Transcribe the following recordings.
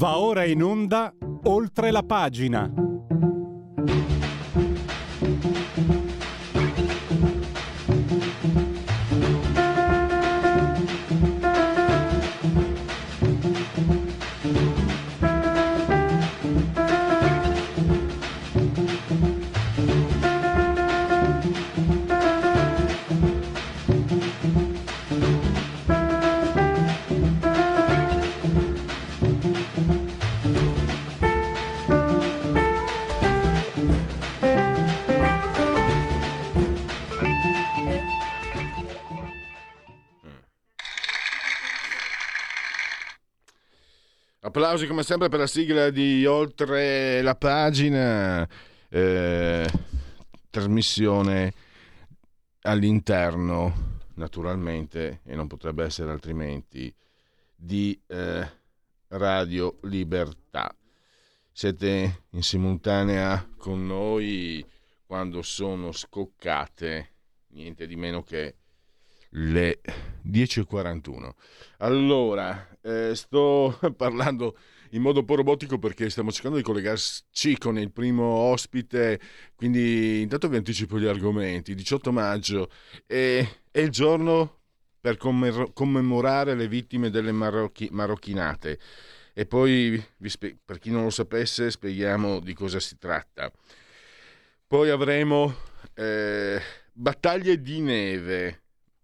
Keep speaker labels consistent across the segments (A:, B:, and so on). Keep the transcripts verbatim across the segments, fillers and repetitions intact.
A: Va ora in onda Oltre la pagina.
B: Applausi come sempre per la sigla di Oltre la pagina, eh, trasmissione all'interno, naturalmente, e non potrebbe essere altrimenti, di eh, Radio Libertà. Siete in simultanea con noi quando sono scoccate niente di meno che le dieci e quarantuno. Allora, eh, sto parlando in modo un po' robotico perché stiamo cercando di collegarci con il primo ospite, quindi intanto vi anticipo gli argomenti. diciotto maggio è, è il giorno per commemorare le vittime delle marocchi, marocchinate, e poi vi spe- per chi non lo sapesse spieghiamo di cosa si tratta. Poi avremo eh, battaglie di neve,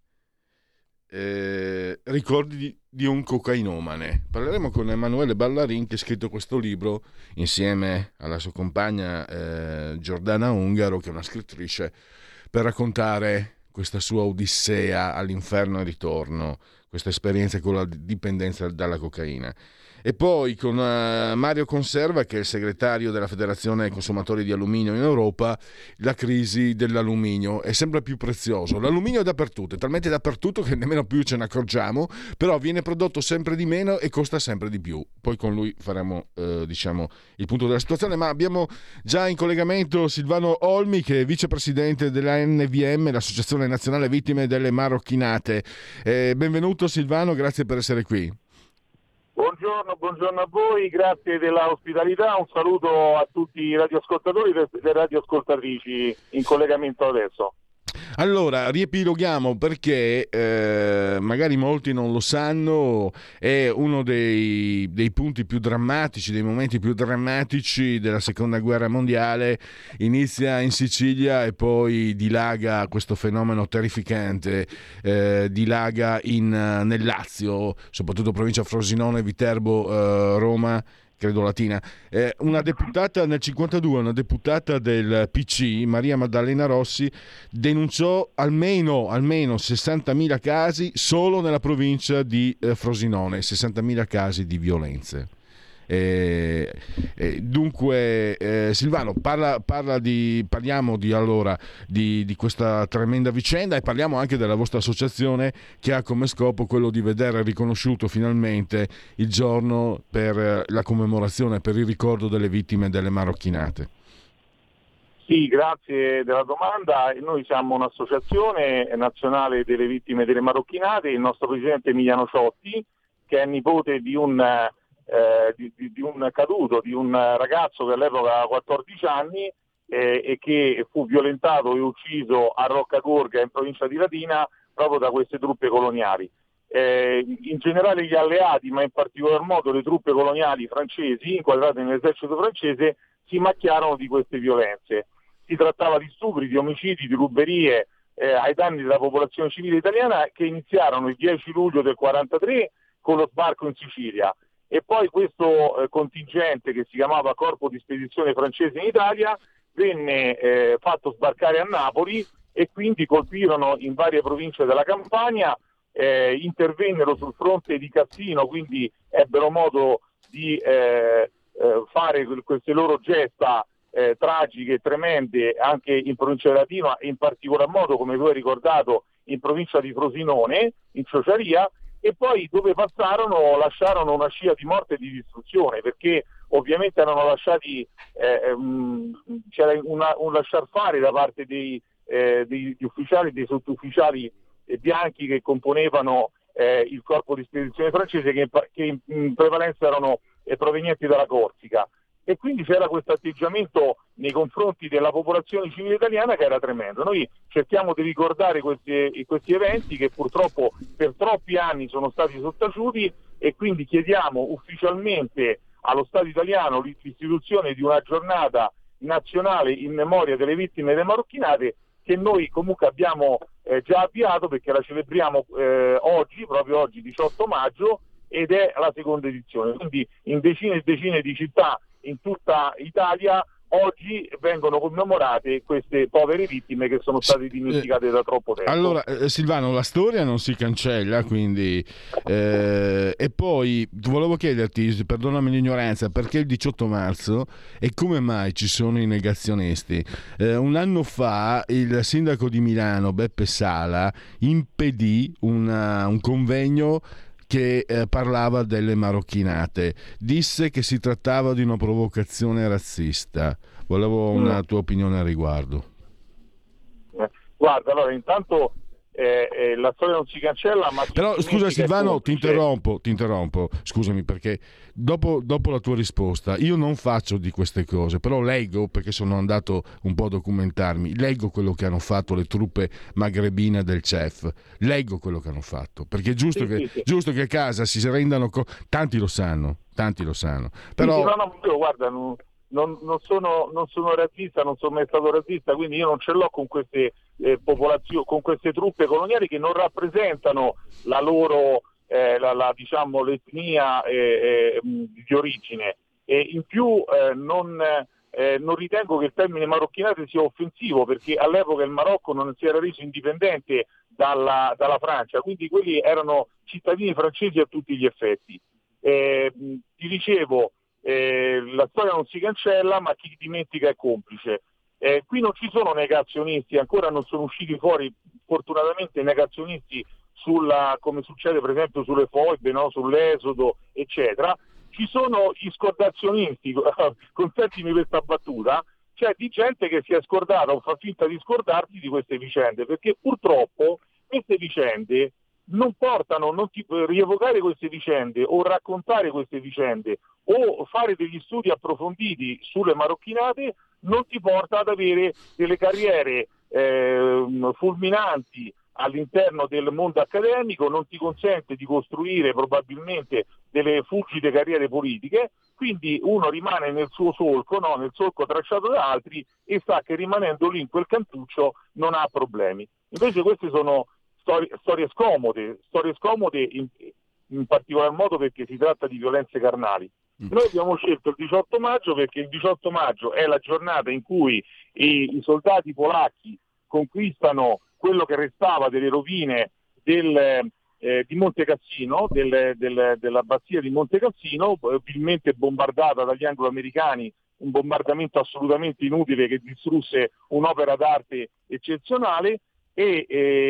B: Eh, ricordi di, di un cocainomane. Parleremo con Emanuele Ballarin, che ha scritto questo libro insieme alla sua compagna eh, Giordana Ungaro, che è una scrittrice, per raccontare questa sua odissea all'inferno e ritorno, questa esperienza con la dipendenza dalla cocaina. E poi con uh, Mario Conserva, che è il segretario della Federazione Consumatori di Alluminio in Europa, la crisi dell'alluminio è sempre più prezioso. L'alluminio è dappertutto, è talmente dappertutto che nemmeno più ce ne accorgiamo, però viene prodotto sempre di meno e costa sempre di più. Poi con lui faremo eh, diciamo il punto della situazione, ma abbiamo già in collegamento Silvano Olmi, che è vicepresidente della N V M, l'Associazione Nazionale Vittime delle Marocchinate. Eh, benvenuto Silvano, grazie per essere qui.
C: Buongiorno, buongiorno a voi, grazie della ospitalità, un saluto a tutti i radioascoltatori e le radioascoltatrici in collegamento adesso.
B: Allora, riepiloghiamo perché eh, magari molti non lo sanno, è uno dei, dei punti più drammatici, dei momenti più drammatici della seconda guerra mondiale. Inizia in Sicilia e poi dilaga questo fenomeno terrificante, eh, dilaga in, nel Lazio, soprattutto provincia Frosinone, Viterbo, eh, Roma, credo Latina. Eh, una deputata nel cinquantadue, una deputata del P C, Maria Maddalena Rossi, denunciò almeno, almeno sessantamila casi solo nella provincia di eh, Frosinone, sessantamila casi di violenze. Eh, eh, dunque eh, Silvano, parla, parla di, parliamo di, allora, di, di questa tremenda vicenda, e parliamo anche della vostra associazione, che ha come scopo quello di vedere riconosciuto finalmente il giorno per la commemorazione, per il ricordo delle vittime delle marocchinate.
C: Sì, grazie della domanda. Noi siamo un'associazione nazionale delle vittime delle marocchinate. Il nostro presidente Emiliano Ciotti, che è nipote di un Eh, di, di, di un caduto, di un ragazzo che all'epoca aveva quattordici anni eh, e che fu violentato e ucciso a Roccagorga, in provincia di Latina, proprio da queste truppe coloniali. Eh, in generale gli alleati, ma in particolar modo le truppe coloniali francesi, inquadrate nell'esercito francese, si macchiarono di queste violenze. Si trattava di stupri, di omicidi, di ruberie eh, ai danni della popolazione civile italiana, che iniziarono il dieci luglio del quarantatré con lo sbarco in Sicilia. E poi questo eh, contingente, che si chiamava Corpo di Spedizione Francese in Italia, venne eh, fatto sbarcare a Napoli e quindi colpirono in varie province della Campania, eh, intervennero sul fronte di Cassino, quindi ebbero modo di eh, eh, fare queste loro gesta eh, tragiche e tremende anche in provincia di Latina, e in particolar modo, come voi hai ricordato, in provincia di Frosinone, in Ciociaria. E poi dove passarono lasciarono una scia di morte e di distruzione, perché ovviamente erano lasciati eh, um, c'era una, un lasciar fare da parte dei, eh, degli ufficiali, dei sottufficiali eh, bianchi che componevano eh, il corpo di spedizione francese, che, che in, in prevalenza erano eh, provenienti dalla Corsica. E quindi c'era questo atteggiamento nei confronti della popolazione civile italiana che era tremendo. Noi cerchiamo di ricordare questi, questi eventi che purtroppo per troppi anni sono stati sottaciuti, e quindi chiediamo ufficialmente allo Stato italiano l'istituzione di una giornata nazionale in memoria delle vittime delle marocchinate, che noi comunque abbiamo eh, già avviato, perché la celebriamo eh, oggi, proprio oggi diciotto maggio, ed è la seconda edizione. Quindi in decine e decine di città in tutta Italia oggi vengono commemorate queste povere vittime che sono state dimenticate da troppo tempo.
B: Allora, eh, Silvano, la storia non si cancella, quindi eh, e poi volevo chiederti, perdonami l'ignoranza, perché il diciotto marzo e come mai ci sono i negazionisti? Eh, un anno fa il sindaco di Milano, Beppe Sala, impedì una, un convegno che eh, parlava delle marocchinate, disse che si trattava di una provocazione razzista. Volevo una tua opinione al riguardo.
C: Eh, guarda, allora intanto eh, eh, la storia non si cancella, ma
B: però scusa Silvano, ti interrompo, ti interrompo, scusami, perché dopo, dopo la tua risposta io non faccio di queste cose, però leggo, perché sono andato un po' a documentarmi, leggo quello che hanno fatto le truppe magrebine del C E F, leggo quello che hanno fatto, perché è giusto, sì, che, sì, sì. giusto che a casa si rendano co- tanti lo sanno, tanti lo sanno, però
C: sì, sì, no, no, io, guarda, non... Non, non, sono, non sono razzista, non sono mai stato razzista, quindi io non ce l'ho con queste eh, popolazioni, con queste truppe coloniali che non rappresentano la loro, eh, la, la, diciamo, l'etnia eh, eh, di origine. E in più eh, non, eh, non ritengo che il termine marocchinate sia offensivo, perché all'epoca il Marocco non si era reso indipendente dalla, dalla Francia, quindi quelli erano cittadini francesi a tutti gli effetti. Eh, ti dicevo, Eh, la storia non si cancella, ma chi dimentica è complice. Eh, qui non ci sono negazionisti, ancora non sono usciti fuori fortunatamente negazionisti sulla, come succede per esempio sulle foibe, no? Sull'esodo, eccetera. Ci sono gli scordazionisti, consentimi questa battuta, cioè di gente che si è scordata o fa finta di scordarsi di queste vicende, perché purtroppo queste vicende non portano, non ti, rievocare queste vicende o raccontare queste vicende o fare degli studi approfonditi sulle marocchinate non ti porta ad avere delle carriere eh, fulminanti all'interno del mondo accademico, non ti consente di costruire probabilmente delle fulgide carriere politiche, quindi uno rimane nel suo solco, no? Nel solco tracciato da altri, e sa che rimanendo lì in quel cantuccio non ha problemi. Invece queste sono Storie, storie scomode, storie scomode in, in particolar modo perché si tratta di violenze carnali. Noi abbiamo scelto il diciotto maggio perché il diciotto maggio è la giornata in cui i, i soldati polacchi conquistano quello che restava delle rovine del, eh, di Monte Cassino, del, del, dell'abbazia di Monte Cassino, vilmente bombardata dagli anglo-americani, un bombardamento assolutamente inutile che distrusse un'opera d'arte eccezionale. E,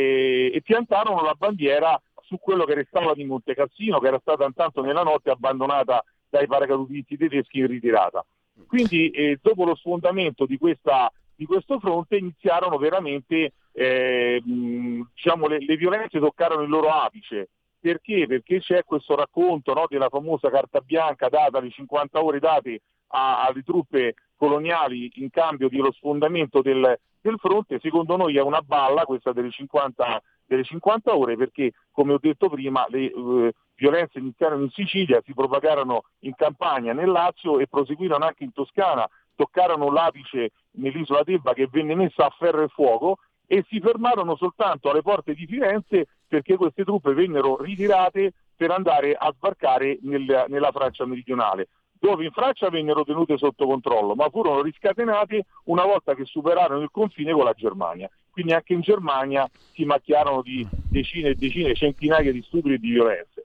C: e, e piantarono la bandiera su quello che restava di Monte Cassino, che era stata intanto nella notte abbandonata dai paracadutisti tedeschi in ritirata. Quindi eh, dopo lo sfondamento di, questa, di questo fronte iniziarono veramente eh, mh, diciamo le, le violenze toccarono il loro apice. Perché? Perché c'è questo racconto, no, della famosa carta bianca data, le cinquanta ore date a, alle truppe coloniali in cambio dello sfondamento del, del fronte. Secondo noi è una balla questa delle cinquanta, delle cinquanta ore, perché come ho detto prima le eh, violenze iniziarono in Sicilia, si propagarono in Campania, nel Lazio e proseguirono anche in Toscana, toccarono l'apice nell'isola d'Elba che venne messa a ferro e fuoco, e si fermarono soltanto alle porte di Firenze perché queste truppe vennero ritirate per andare a sbarcare nel, nella Francia meridionale, dove in Francia vennero tenute sotto controllo, ma furono riscatenate una volta che superarono il confine con la Germania. Quindi anche in Germania si macchiarono di decine e decine, centinaia di stupri e di violenze.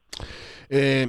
B: Eh,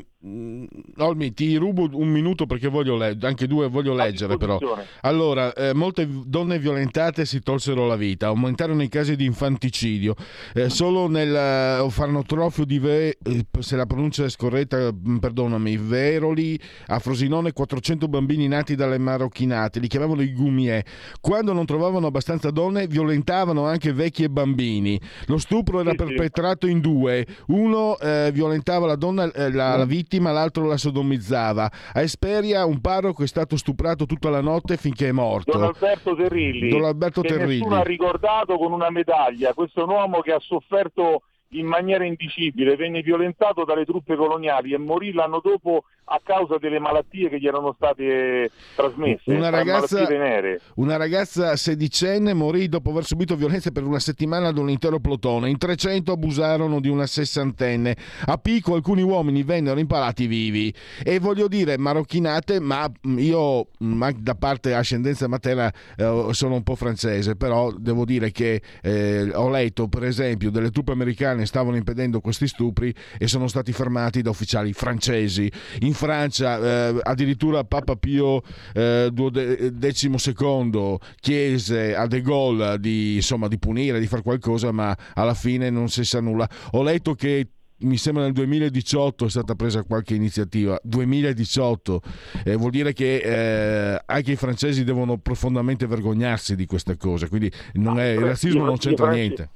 B: Olmi, ti rubo un minuto perché voglio leggere, anche due voglio leggere però. Allora, eh, molte donne violentate si tolsero la vita, aumentarono i casi di infanticidio. Eh, solo nel uh, orfanotrofio di Ve- eh, se la pronuncia è scorretta, perdonami, Veroli, a Frosinone, quattrocento bambini nati dalle marocchinate, li chiamavano i gumie. Quando non trovavano abbastanza donne, violentavano anche vecchi e bambini. Lo stupro era
C: sì,
B: perpetrato sì. in due. Uno eh, violentava la donna, eh, la, la vittima vittima, l'altro la sodomizzava. A Esperia un parroco è stato stuprato tutta la notte finché è morto.
C: Don Alberto Terrilli,
B: Don Alberto
C: che
B: Terrilli.
C: nessuno ha ricordato con una medaglia. Questo è un uomo che ha sofferto in maniera indicibile, venne violentato dalle truppe coloniali e morì l'anno dopo a causa delle malattie che gli erano state trasmesse,
B: una ragazza,
C: malattie venere.
B: Una ragazza sedicenne morì dopo aver subito violenze per una settimana da un intero plotone. In trecento abusarono di una sessantenne. A Pico alcuni uomini vennero impalati vivi. E voglio dire, marocchinate, ma io ma da parte ascendenza materna eh, sono un po' francese, però devo dire che eh, ho letto per esempio delle truppe americane stavano impedendo questi stupri e sono stati fermati da ufficiali francesi. In Francia eh, addirittura Papa Pio eh, decimo secondo chiese a De Gaulle di, insomma, di punire, di fare qualcosa, ma alla fine non si sa nulla. Ho letto che mi sembra nel duemiladiciotto è stata presa qualche iniziativa. duemiladiciotto eh, vuol dire che eh, anche i francesi devono profondamente vergognarsi di queste cose, quindi non è, il razzismo non c'entra niente.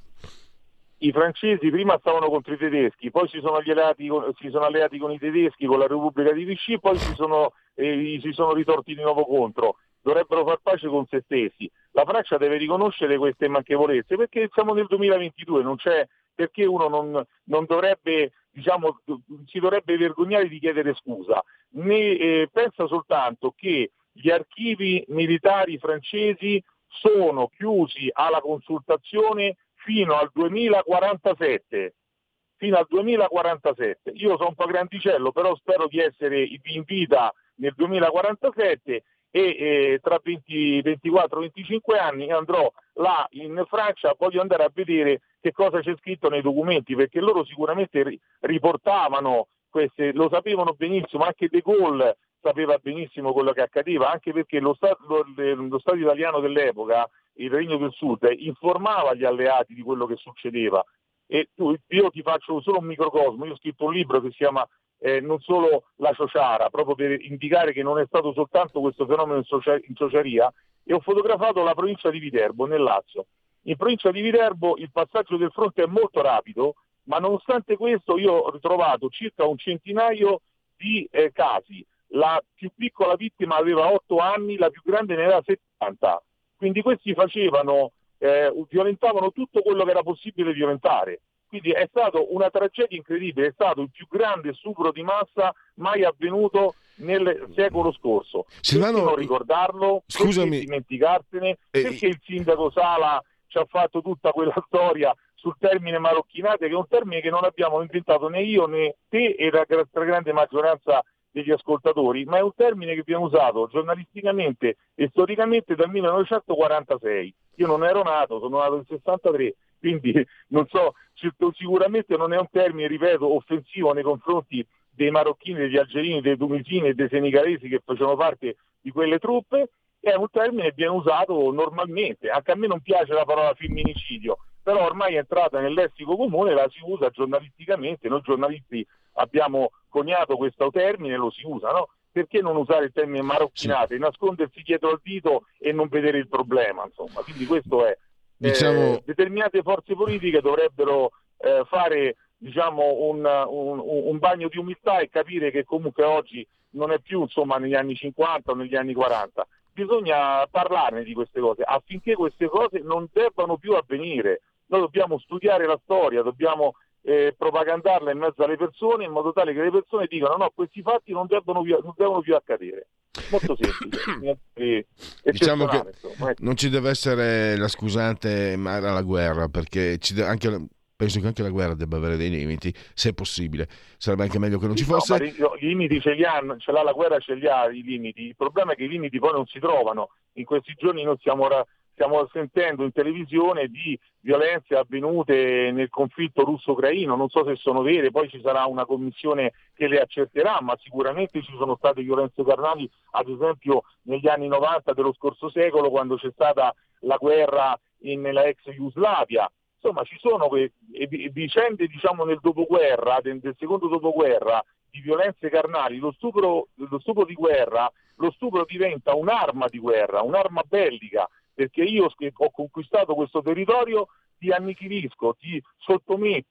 C: I francesi prima stavano contro i tedeschi, poi si sono, alleati, si sono alleati con i tedeschi, con la Repubblica di Vichy, poi si sono, eh, si sono ritorti di nuovo contro. Dovrebbero far pace con se stessi. La Francia deve riconoscere queste manchevolezze, perché siamo nel duemilaventidue, non c'è perché uno non, non dovrebbe, diciamo, si dovrebbe vergognare di chiedere scusa. Ne, eh, pensa soltanto che gli archivi militari francesi sono chiusi alla consultazione fino al duemilaquarantasette. Fino al duemilaquarantasette. Io sono un po' grandicello, però spero di essere in vita nel duemilaquarantasette e eh, tra venti, ventiquattro venticinque anni andrò là in Francia, voglio andare a vedere che cosa c'è scritto nei documenti, perché loro sicuramente ri- riportavano queste, lo sapevano benissimo, anche De Gaulle sapeva benissimo quello che accadeva, anche perché lo Stato, lo, lo Stato italiano dell'epoca, il Regno del Sud, informava gli alleati di quello che succedeva. E tu, io ti faccio solo un microcosmo, io ho scritto un libro che si chiama eh, Non solo la ciociara, proprio per indicare che non è stato soltanto questo fenomeno in, socia- in ciociaria, e ho fotografato la provincia di Viterbo, nel Lazio. In provincia di Viterbo il passaggio del fronte è molto rapido, ma nonostante questo io ho ritrovato circa un centinaio di eh, casi. La più piccola vittima aveva otto anni, la più grande ne aveva settanta. Quindi questi facevano, eh, violentavano tutto quello che era possibile violentare. Quindi è stata una tragedia incredibile, è stato il più grande stupro di massa mai avvenuto nel secolo scorso.
B: Silvano,
C: perché non ricordarlo?
B: scusami,
C: perché dimenticarsene?
B: eh,
C: Perché il sindaco Sala ci ha fatto tutta quella storia sul termine marocchinate, che è un termine che non abbiamo inventato né io né te e la stragrande maggioranza degli ascoltatori, ma è un termine che viene usato giornalisticamente e storicamente dal millenovecentoquarantasei. Io non ero nato, sono nato nel sessantatré, quindi non so, sicuramente non è un termine, ripeto, offensivo nei confronti dei marocchini, degli algerini, dei tunisini e dei senegalesi che facevano parte di quelle truppe, è un termine che viene usato normalmente. Anche a me non piace la parola femminicidio, però ormai è entrata nel lessico comune e la si usa giornalisticamente. Noi giornalisti abbiamo coniato questo termine, lo si usa, no? Perché non usare il termine marocchinate, sì, nascondersi dietro al dito e non vedere il problema, insomma. Quindi questo è, diciamo... eh, determinate forze politiche dovrebbero eh, fare, diciamo, un, un, un bagno di umiltà e capire che comunque oggi non è più, insomma, negli anni cinquanta o negli anni quaranta. Bisogna parlarne di queste cose affinché queste cose non debbano più avvenire. Noi dobbiamo studiare la storia, dobbiamo eh, propagandarla in mezzo alle persone in modo tale che le persone dicano no, questi fatti non devono più, non devono più accadere. Molto semplice. e,
B: diciamo che insomma, ecco. Non ci deve essere la scusante mare alla guerra, perché ci deve anche... penso che anche la guerra debba avere dei limiti, se è possibile. Sarebbe anche meglio che non ci fosse.
C: No, ma i limiti ce li hanno, ce l'ha la guerra, ce li ha i limiti. Il problema è che i limiti poi non si trovano. In questi giorni noi stiamo, stiamo sentendo in televisione di violenze avvenute nel conflitto russo-ucraino. Non so se sono vere, poi ci sarà una commissione che le accerterà, ma sicuramente ci sono state violenze carnali, ad esempio negli anni novanta dello scorso secolo, quando c'è stata la guerra in, nella ex Jugoslavia. Insomma, ci sono que- vicende, diciamo, nel dopoguerra, del, del secondo dopoguerra, di violenze carnali. Lo stupro, lo stupro di guerra, lo stupro diventa un'arma di guerra, un'arma bellica, perché io che ho conquistato questo territorio ti annichilisco, ti sottometto,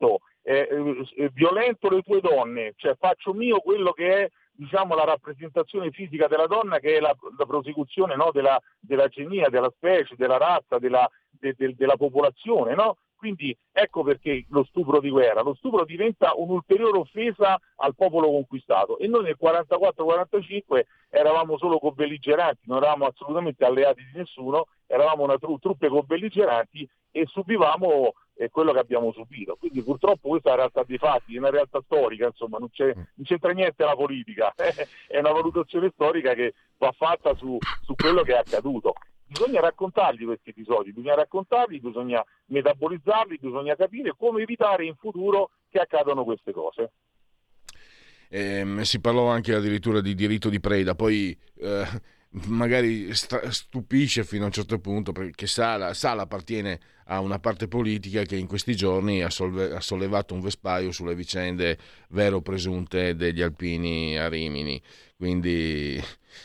C: eh, eh, violento le tue donne, cioè faccio mio quello che è, diciamo, la rappresentazione fisica della donna, che è la, la prosecuzione, no, della, della genia, della specie, della razza, della, de, de, della popolazione, no? Quindi ecco perché lo stupro di guerra, lo stupro diventa un'ulteriore offesa al popolo conquistato, e noi nel quarantaquattro quarantacinque eravamo solo co-belligeranti, non eravamo assolutamente alleati di nessuno, eravamo una tru- truppe co-belligeranti e subivamo eh, quello che abbiamo subito. Quindi purtroppo questa è la realtà dei fatti, è una realtà storica, insomma, non, c'è, non c'entra niente la politica, è una valutazione storica che va fatta su, su quello che è accaduto. Bisogna raccontarli questi episodi, bisogna raccontarli, bisogna metabolizzarli, bisogna capire come evitare in futuro che accadano queste cose.
B: Eh, si parlò anche addirittura di diritto di preda, poi eh, magari st- stupisce fino a un certo punto, perché Sala, Sala appartiene a una parte politica che in questi giorni ha, solve- ha sollevato un vespaio sulle vicende vero o presunte degli alpini a Rimini, quindi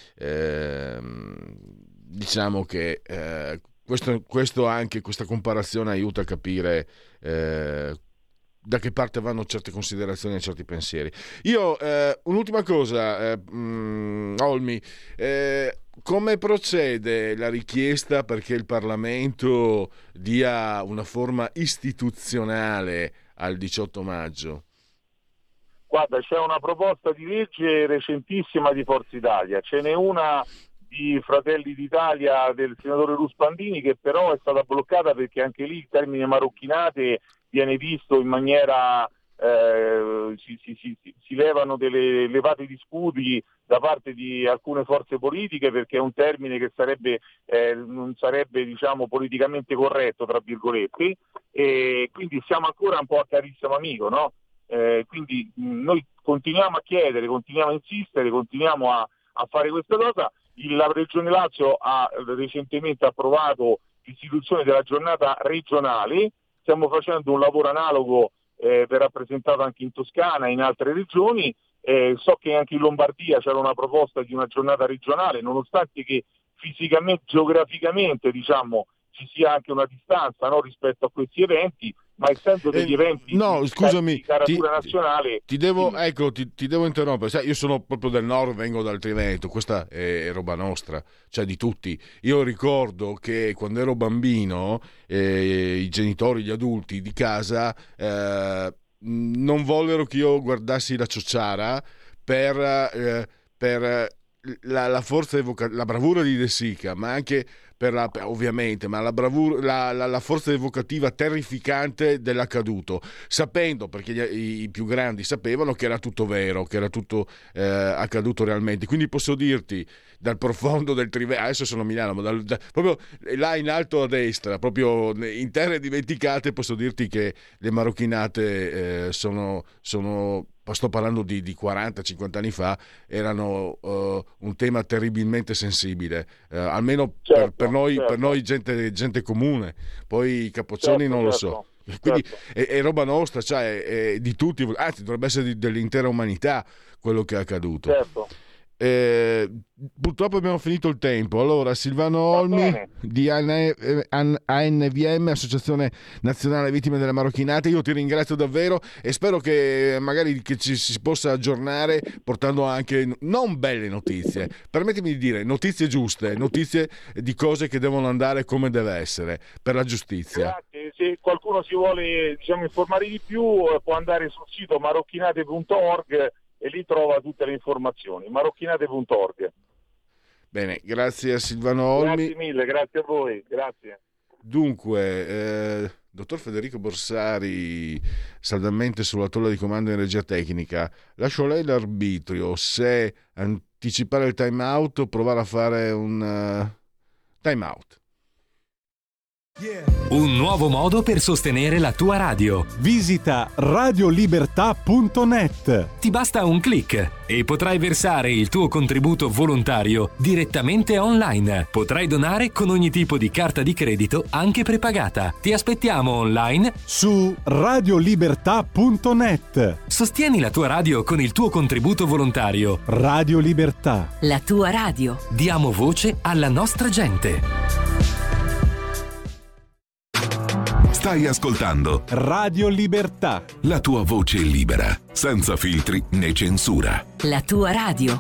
B: ehm, diciamo che eh, questo, questo anche questa comparazione aiuta a capire eh, da che parte vanno certe considerazioni e certi pensieri. Io eh, un'ultima cosa, eh, mh, Olmi, eh, come procede la richiesta perché il Parlamento dia una forma istituzionale al diciotto maggio?
C: Guarda, c'è una proposta di legge recentissima di Forza Italia, ce n'è una di Fratelli d'Italia del senatore Ruspandini che però è stata bloccata perché anche lì il termine marocchinate viene visto in maniera eh, si, si, si, si levano delle levate di scudi da parte di alcune forze politiche, perché è un termine che sarebbe eh, non sarebbe, diciamo, politicamente corretto, tra virgolette, e quindi siamo ancora un po' a carissimo amico, no? Eh, quindi mh, noi continuiamo a chiedere, continuiamo a insistere, continuiamo a, a fare questa cosa. La Regione Lazio ha recentemente approvato l'istituzione della giornata regionale, stiamo facendo un lavoro analogo eh, per rappresentato anche in Toscana e in altre regioni, eh, so che anche in Lombardia c'era una proposta di una giornata regionale, nonostante che fisicamente, geograficamente, diciamo, ci sia anche una distanza, no, rispetto a questi eventi, ma essendo degli eh, eventi
B: no,
C: di,
B: scusami,
C: di caratura
B: ti,
C: nazionale...
B: Ti devo,
C: quindi...
B: ecco, ti, ti devo interrompere. Sai, io sono proprio del nord, vengo dal Triveneto, questa è roba nostra, cioè di tutti. Io ricordo che quando ero bambino eh, i genitori, gli adulti di casa eh, non vollero che io guardassi la ciociara per, eh, per la, la forza evoca- la bravura di De Sica, ma anche per la, ovviamente, ma la bravura, la, la, la forza evocativa terrificante dell'accaduto, sapendo, perché gli, i, i più grandi sapevano che era tutto vero, che era tutto eh, accaduto realmente. Quindi posso dirti dal profondo del Triveneto, adesso sono a Milano, ma dal, da, proprio là in alto a destra, proprio in terre dimenticate, posso dirti che le marocchinate eh, sono, sono sto parlando di, di quaranta cinquanta anni fa, erano uh, un tema terribilmente sensibile, uh, almeno certo, per, per noi, certo. per noi gente, gente comune, poi i capoccioni certo, non certo, lo so. Quindi certo. è, è roba nostra, cioè è, è di tutti, anzi dovrebbe essere di, dell'intera umanità quello che è accaduto.
C: Certo.
B: Eh, purtroppo abbiamo finito il tempo. Allora, Silvano Olmi di A N V M, Associazione Nazionale Vittime delle Marocchinate, io ti ringrazio davvero e spero che magari che ci si possa aggiornare portando anche non belle notizie, permettimi di dire notizie giuste, notizie di cose che devono andare come deve essere per la giustizia.
C: Grazie. Se qualcuno si vuole, diciamo, informare di più può andare sul sito marocchinate punto org e lì trova tutte le informazioni, marocchinate punto org.
B: Bene, grazie a Silvano Olmi.
C: Grazie mille, grazie a voi, grazie.
B: Dunque, eh, dottor Federico Borsari, saldamente sulla tolla di comando in regia tecnica, lascio a lei l'arbitrio se anticipare il time out o provare a fare un uh, time out.
D: Un nuovo modo per sostenere la tua radio.
A: Visita radiolibertà punto net.
D: Ti basta un click e potrai versare il tuo contributo volontario direttamente online. Potrai donare con ogni tipo di carta di credito, anche prepagata. Ti aspettiamo online
A: su radiolibertà punto net.
D: Sostieni la tua radio con il tuo contributo volontario.
A: Radio Libertà.
E: La tua radio.
D: Diamo voce alla nostra gente.
E: Stai ascoltando
A: Radio Libertà.
E: la tua voce libera, senza filtri né censura.
F: La tua radio.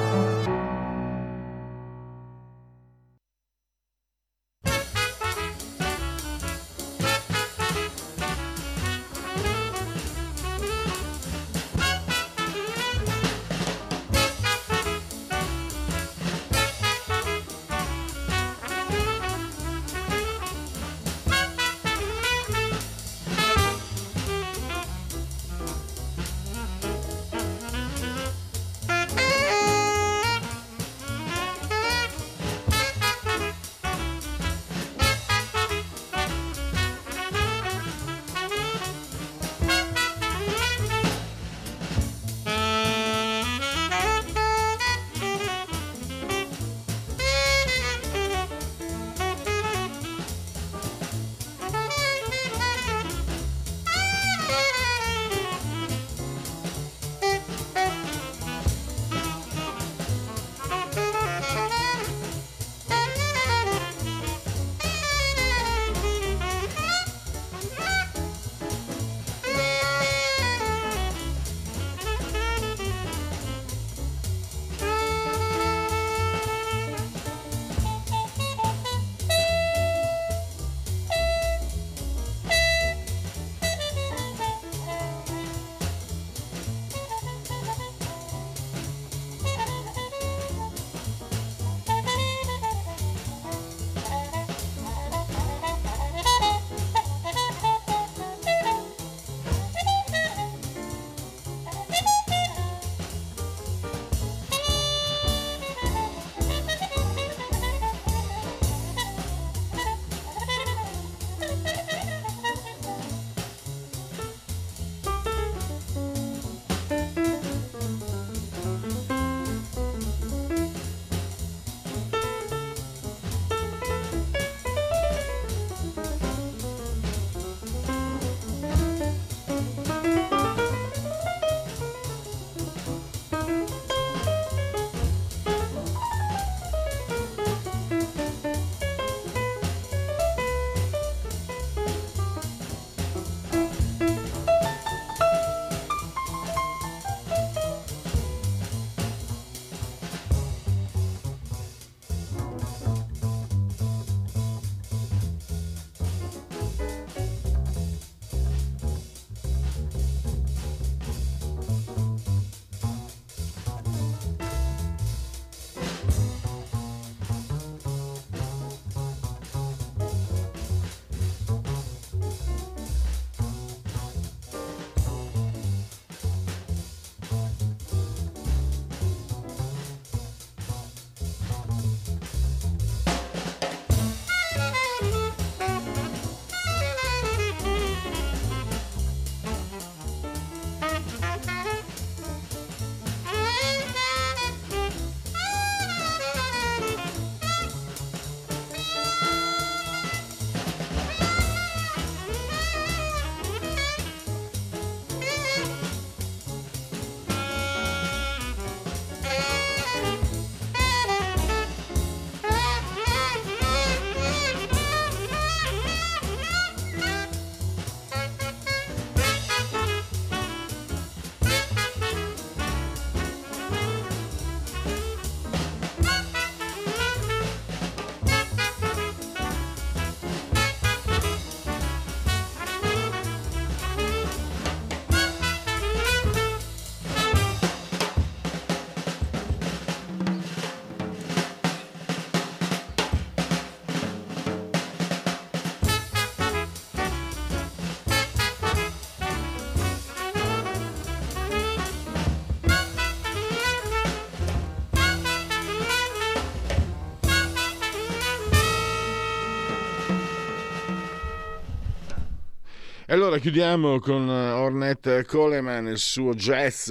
B: E allora chiudiamo con Ornette Coleman e il suo jazz,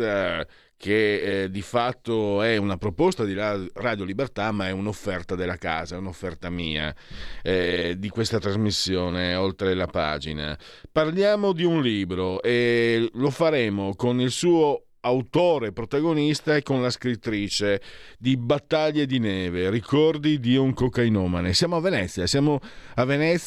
B: che eh, di fatto è una proposta di Radio Libertà, ma è un'offerta della casa, è un'offerta mia eh, di questa trasmissione Oltre la pagina. Parliamo di un libro e lo faremo con il suo autore protagonista e con la scrittrice di Battaglie di neve, ricordi di un cocainomane. Siamo a Venezia, siamo a Venezia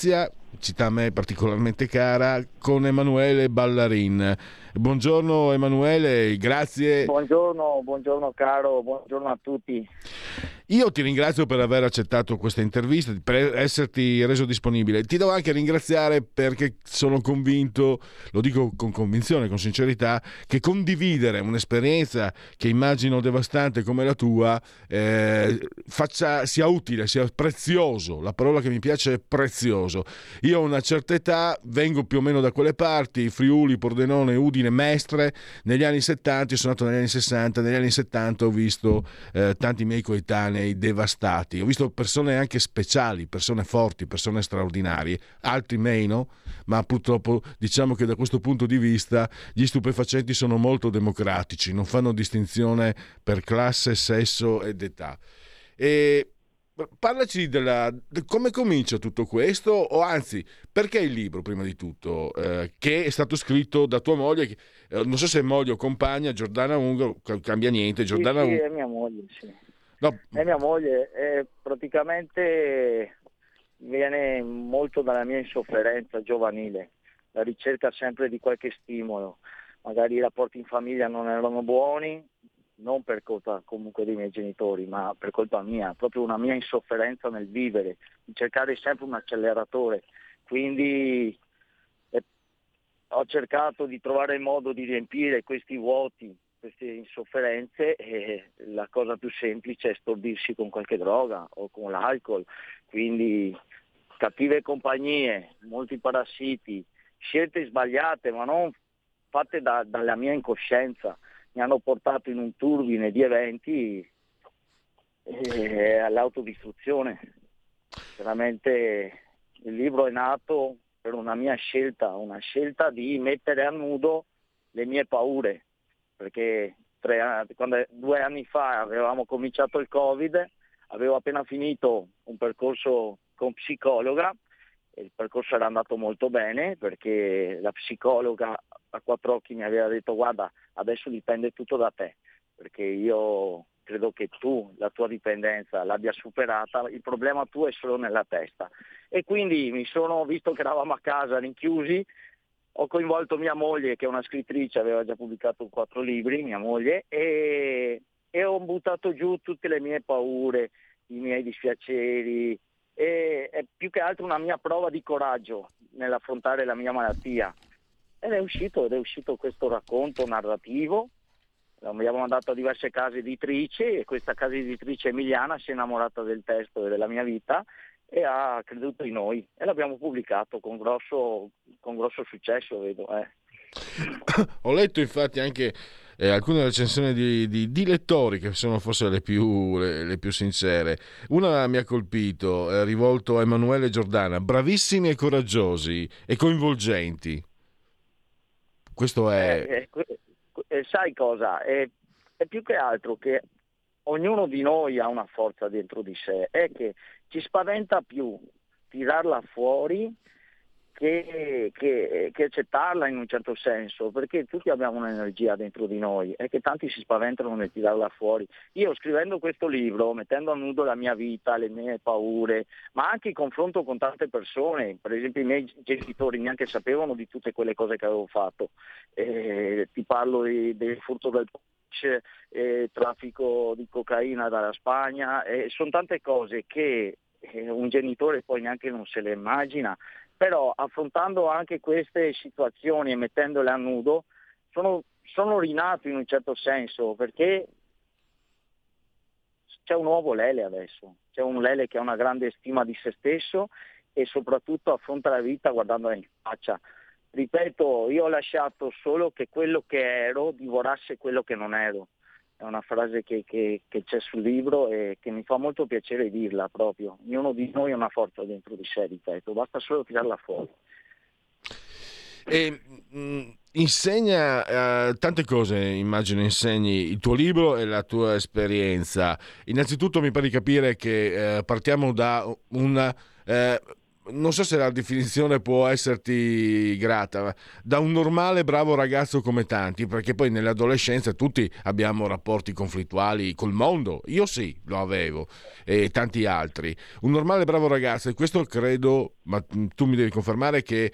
B: città a me particolarmente cara, con Emanuele Ballarin. Buongiorno Emanuele, grazie.
F: Buongiorno, buongiorno caro, buongiorno a tutti.
B: Io ti ringrazio per aver accettato questa intervista, per esserti reso disponibile. Ti devo anche ringraziare perché sono convinto, lo dico con convinzione, con sincerità, che condividere un'esperienza che immagino devastante come la tua eh, faccia, sia utile, sia prezioso. La parola che mi piace è prezioso. Io ho una certa età, vengo più o meno da quelle parti, Friuli, Pordenone, Udine, Mestre. Negli anni settanta, io sono nato negli anni sessanta, negli anni settanta ho visto eh, tanti miei coetanei devastati, ho visto persone anche speciali, persone forti, persone straordinarie, altri meno, ma purtroppo diciamo che da questo punto di vista gli stupefacenti sono molto democratici, non fanno distinzione per classe, sesso ed età. E parlaci della come comincia tutto questo, o anzi perché il libro prima di tutto, eh, che è stato scritto da tua moglie, eh, non so se è moglie o compagna, Giordana Ungaro, cambia niente, Giordana
F: sì, sì,
B: Ungaro.
F: è mia moglie, sì.
B: No.
F: È mia moglie, e praticamente viene molto dalla mia insofferenza giovanile, la ricerca sempre di qualche stimolo. Magari i rapporti in famiglia non erano buoni, non per colpa comunque dei miei genitori, ma per colpa mia, proprio una mia insofferenza nel vivere, di cercare sempre un acceleratore. Quindi eh, ho cercato di trovare il modo di riempire questi vuoti, queste insofferenze, e la cosa più semplice è stordirsi con qualche droga o con l'alcol. Quindi cattive compagnie, molti parassiti, scelte sbagliate ma non fatte da, dalla mia incoscienza, mi hanno portato in un turbine di eventi e all'autodistruzione. Veramente il libro è nato per una mia scelta, una scelta di mettere a nudo le mie paure, perché tre, quando, due anni fa avevamo cominciato il Covid, avevo appena finito un percorso con psicologa, e il percorso era andato molto bene perché la psicologa a quattro occhi mi aveva detto: guarda, adesso dipende tutto da te, perché io credo che tu la tua dipendenza l'abbia superata, il problema tuo è solo nella testa. E quindi mi sono, visto che eravamo a casa rinchiusi, ho coinvolto mia moglie, che è una scrittrice, aveva già pubblicato quattro libri, mia moglie, e, e ho buttato giù tutte le mie paure, i miei dispiaceri, e è più che altro una mia prova di coraggio nell'affrontare la mia malattia. Ed è uscito, ed è uscito questo racconto narrativo. L'abbiamo mandato a diverse case editrici e questa casa editrice emiliana si è innamorata del testo e della mia vita e ha creduto in noi, e l'abbiamo pubblicato con grosso, con grosso successo, vedo. Eh.
B: Ho letto infatti anche eh, alcune recensioni di, di, di lettori che sono forse le più, le, le più sincere. Una mi ha colpito, è rivolto a Emanuele e Giordana: bravissimi e coraggiosi e coinvolgenti. Questo è...
F: Eh, eh, eh, sai cosa? È, è più che altro che ognuno di noi ha una forza dentro di sé, è che ci spaventa più tirarla fuori che, che, che accettarla in un certo senso, perché tutti abbiamo un'energia dentro di noi, è che tanti si spaventano nel tirarla fuori. Io scrivendo questo libro, mettendo a nudo la mia vita, le mie paure, ma anche il confronto con tante persone, per esempio i miei genitori neanche sapevano di tutte quelle cose che avevo fatto, eh, ti parlo di, del furto del Eh, traffico di cocaina dalla Spagna, eh, sono tante cose che eh, un genitore poi neanche non se le immagina, però affrontando anche queste situazioni e mettendole a nudo sono, sono rinato in un certo senso, perché c'è un nuovo Lele adesso, c'è un Lele che ha una grande stima di se stesso e soprattutto affronta la vita guardandola in faccia. Ripeto, io ho lasciato solo che quello che ero divorasse quello che non ero. È una frase che, che, che c'è sul libro e che mi fa molto piacere dirla proprio. Ognuno di noi ha una forza dentro di sé, ripeto, basta solo tirarla fuori.
B: E, mh, insegna eh, tante cose, immagino insegni il tuo libro e la tua esperienza. Innanzitutto mi pare di capire che eh, partiamo da una... Eh, non so se la definizione può esserti grata, da un normale bravo ragazzo come tanti, perché poi nell'adolescenza tutti abbiamo rapporti conflittuali col mondo, io sì, lo avevo, e tanti altri. Un normale bravo ragazzo, e questo credo, ma tu mi devi confermare, che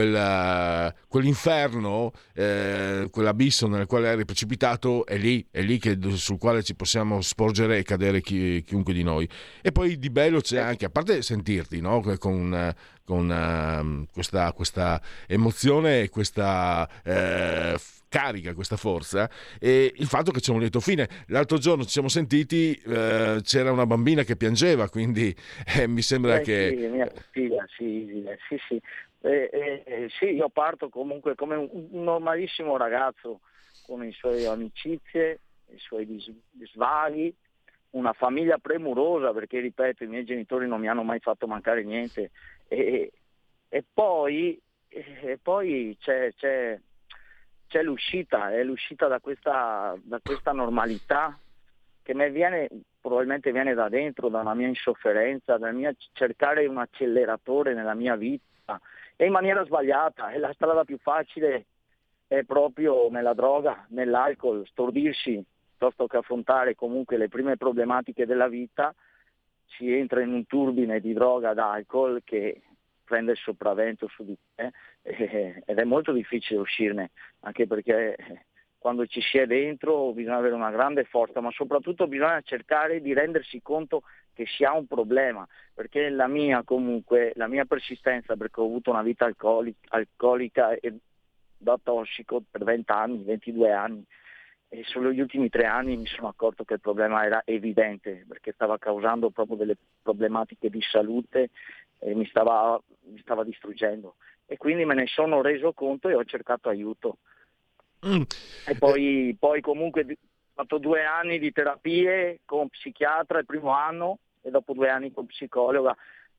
B: Quella, quell'inferno, eh, quell'abisso nel quale eri precipitato è lì, è lì che, sul quale ci possiamo sporgere e cadere chi, chiunque di noi. E poi di bello c'è anche, a parte sentirti, no? con, con uh, questa, questa emozione e questa eh, carica, questa forza, e il fatto che c'è un lieto fine. L'altro giorno ci siamo sentiti, eh, c'era una bambina che piangeva, quindi eh, mi sembra
F: eh,
B: che...
F: Sì, mia figlia, sì, sì, sì. Eh, eh, eh, sì, io parto comunque come un, un normalissimo ragazzo, con i suoi amicizie, i suoi dis- svaghi, una famiglia premurosa, perché ripeto, i miei genitori non mi hanno mai fatto mancare niente, e, e poi, e poi c'è, c'è, c'è l'uscita, è l'uscita da questa, da questa normalità che mi viene, probabilmente viene da dentro, da una mia insofferenza, dal mio cercare un acceleratore nella mia vita, e in maniera sbagliata. E la strada più facile è proprio nella droga, nell'alcol, stordirsi, piuttosto che affrontare comunque le prime problematiche della vita. Si entra in un turbine di droga d'alcol che prende il sopravvento su di te, eh, ed è molto difficile uscirne, anche perché quando ci si è dentro bisogna avere una grande forza, ma soprattutto bisogna cercare di rendersi conto che si ha un problema, perché la mia comunque, la mia persistenza, perché ho avuto una vita alcolica, alcolica e da tossico per venti anni, ventidue anni, e solo gli ultimi tre anni mi sono accorto che il problema era evidente, perché stava causando proprio delle problematiche di salute e mi stava, mi stava distruggendo, e quindi me ne sono reso conto e ho cercato aiuto. Mm. E poi, poi comunque ho fatto due anni di terapie con psichiatra il primo anno, e dopo due anni con psicologa,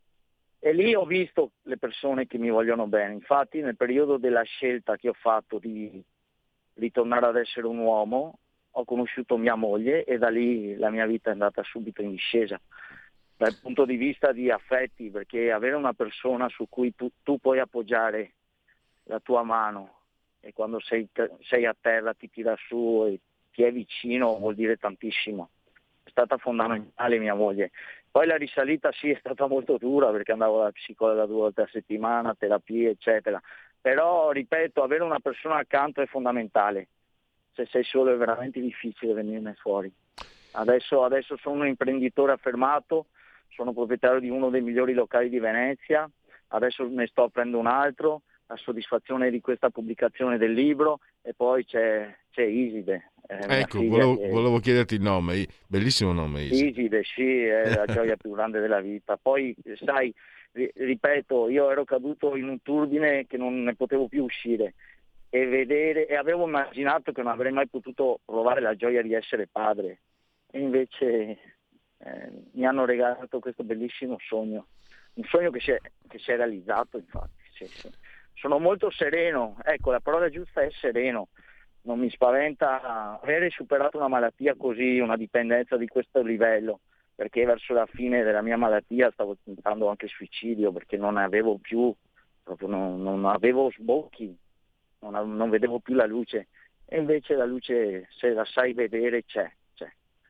F: e lì ho visto le persone che mi vogliono bene. Infatti nel periodo della scelta che ho fatto di ritornare ad essere un uomo ho conosciuto mia moglie, e da lì la mia vita è andata subito in discesa dal punto di vista di affetti, perché avere una persona su cui tu, tu puoi appoggiare la tua mano, e quando sei, sei a terra ti tira su e ti è vicino, vuol dire tantissimo. È stata fondamentale mia moglie. Poi la risalita sì è stata molto dura, perché andavo alla psicologa due volte a settimana, terapie eccetera, però ripeto, avere una persona accanto è fondamentale. Se sei solo è veramente difficile venirne fuori. Adesso, adesso sono un imprenditore affermato, sono proprietario di uno dei migliori locali di Venezia, adesso ne sto aprendo un altro, la soddisfazione di questa pubblicazione del libro, e poi c'è, c'è Iside.
B: Ecco, volevo, che... volevo chiederti il nome, bellissimo nome Iside.
F: Iside, sì, è la gioia più grande della vita. Poi, sai, ripeto, io ero caduto in un turbine che non ne potevo più uscire, e vedere, e avevo immaginato che non avrei mai potuto provare la gioia di essere padre, e invece eh, mi hanno regalato questo bellissimo sogno, un sogno che si è, che si è realizzato, infatti. Sì, sì. Sono molto sereno, ecco, la parola giusta è sereno. Non mi spaventa avere superato una malattia così, una dipendenza di questo livello, perché verso la fine della mia malattia stavo tentando anche il suicidio, perché non avevo più, proprio non, non avevo sbocchi, non, non vedevo più la luce, e invece la luce, se la sai vedere, c'è. c'è.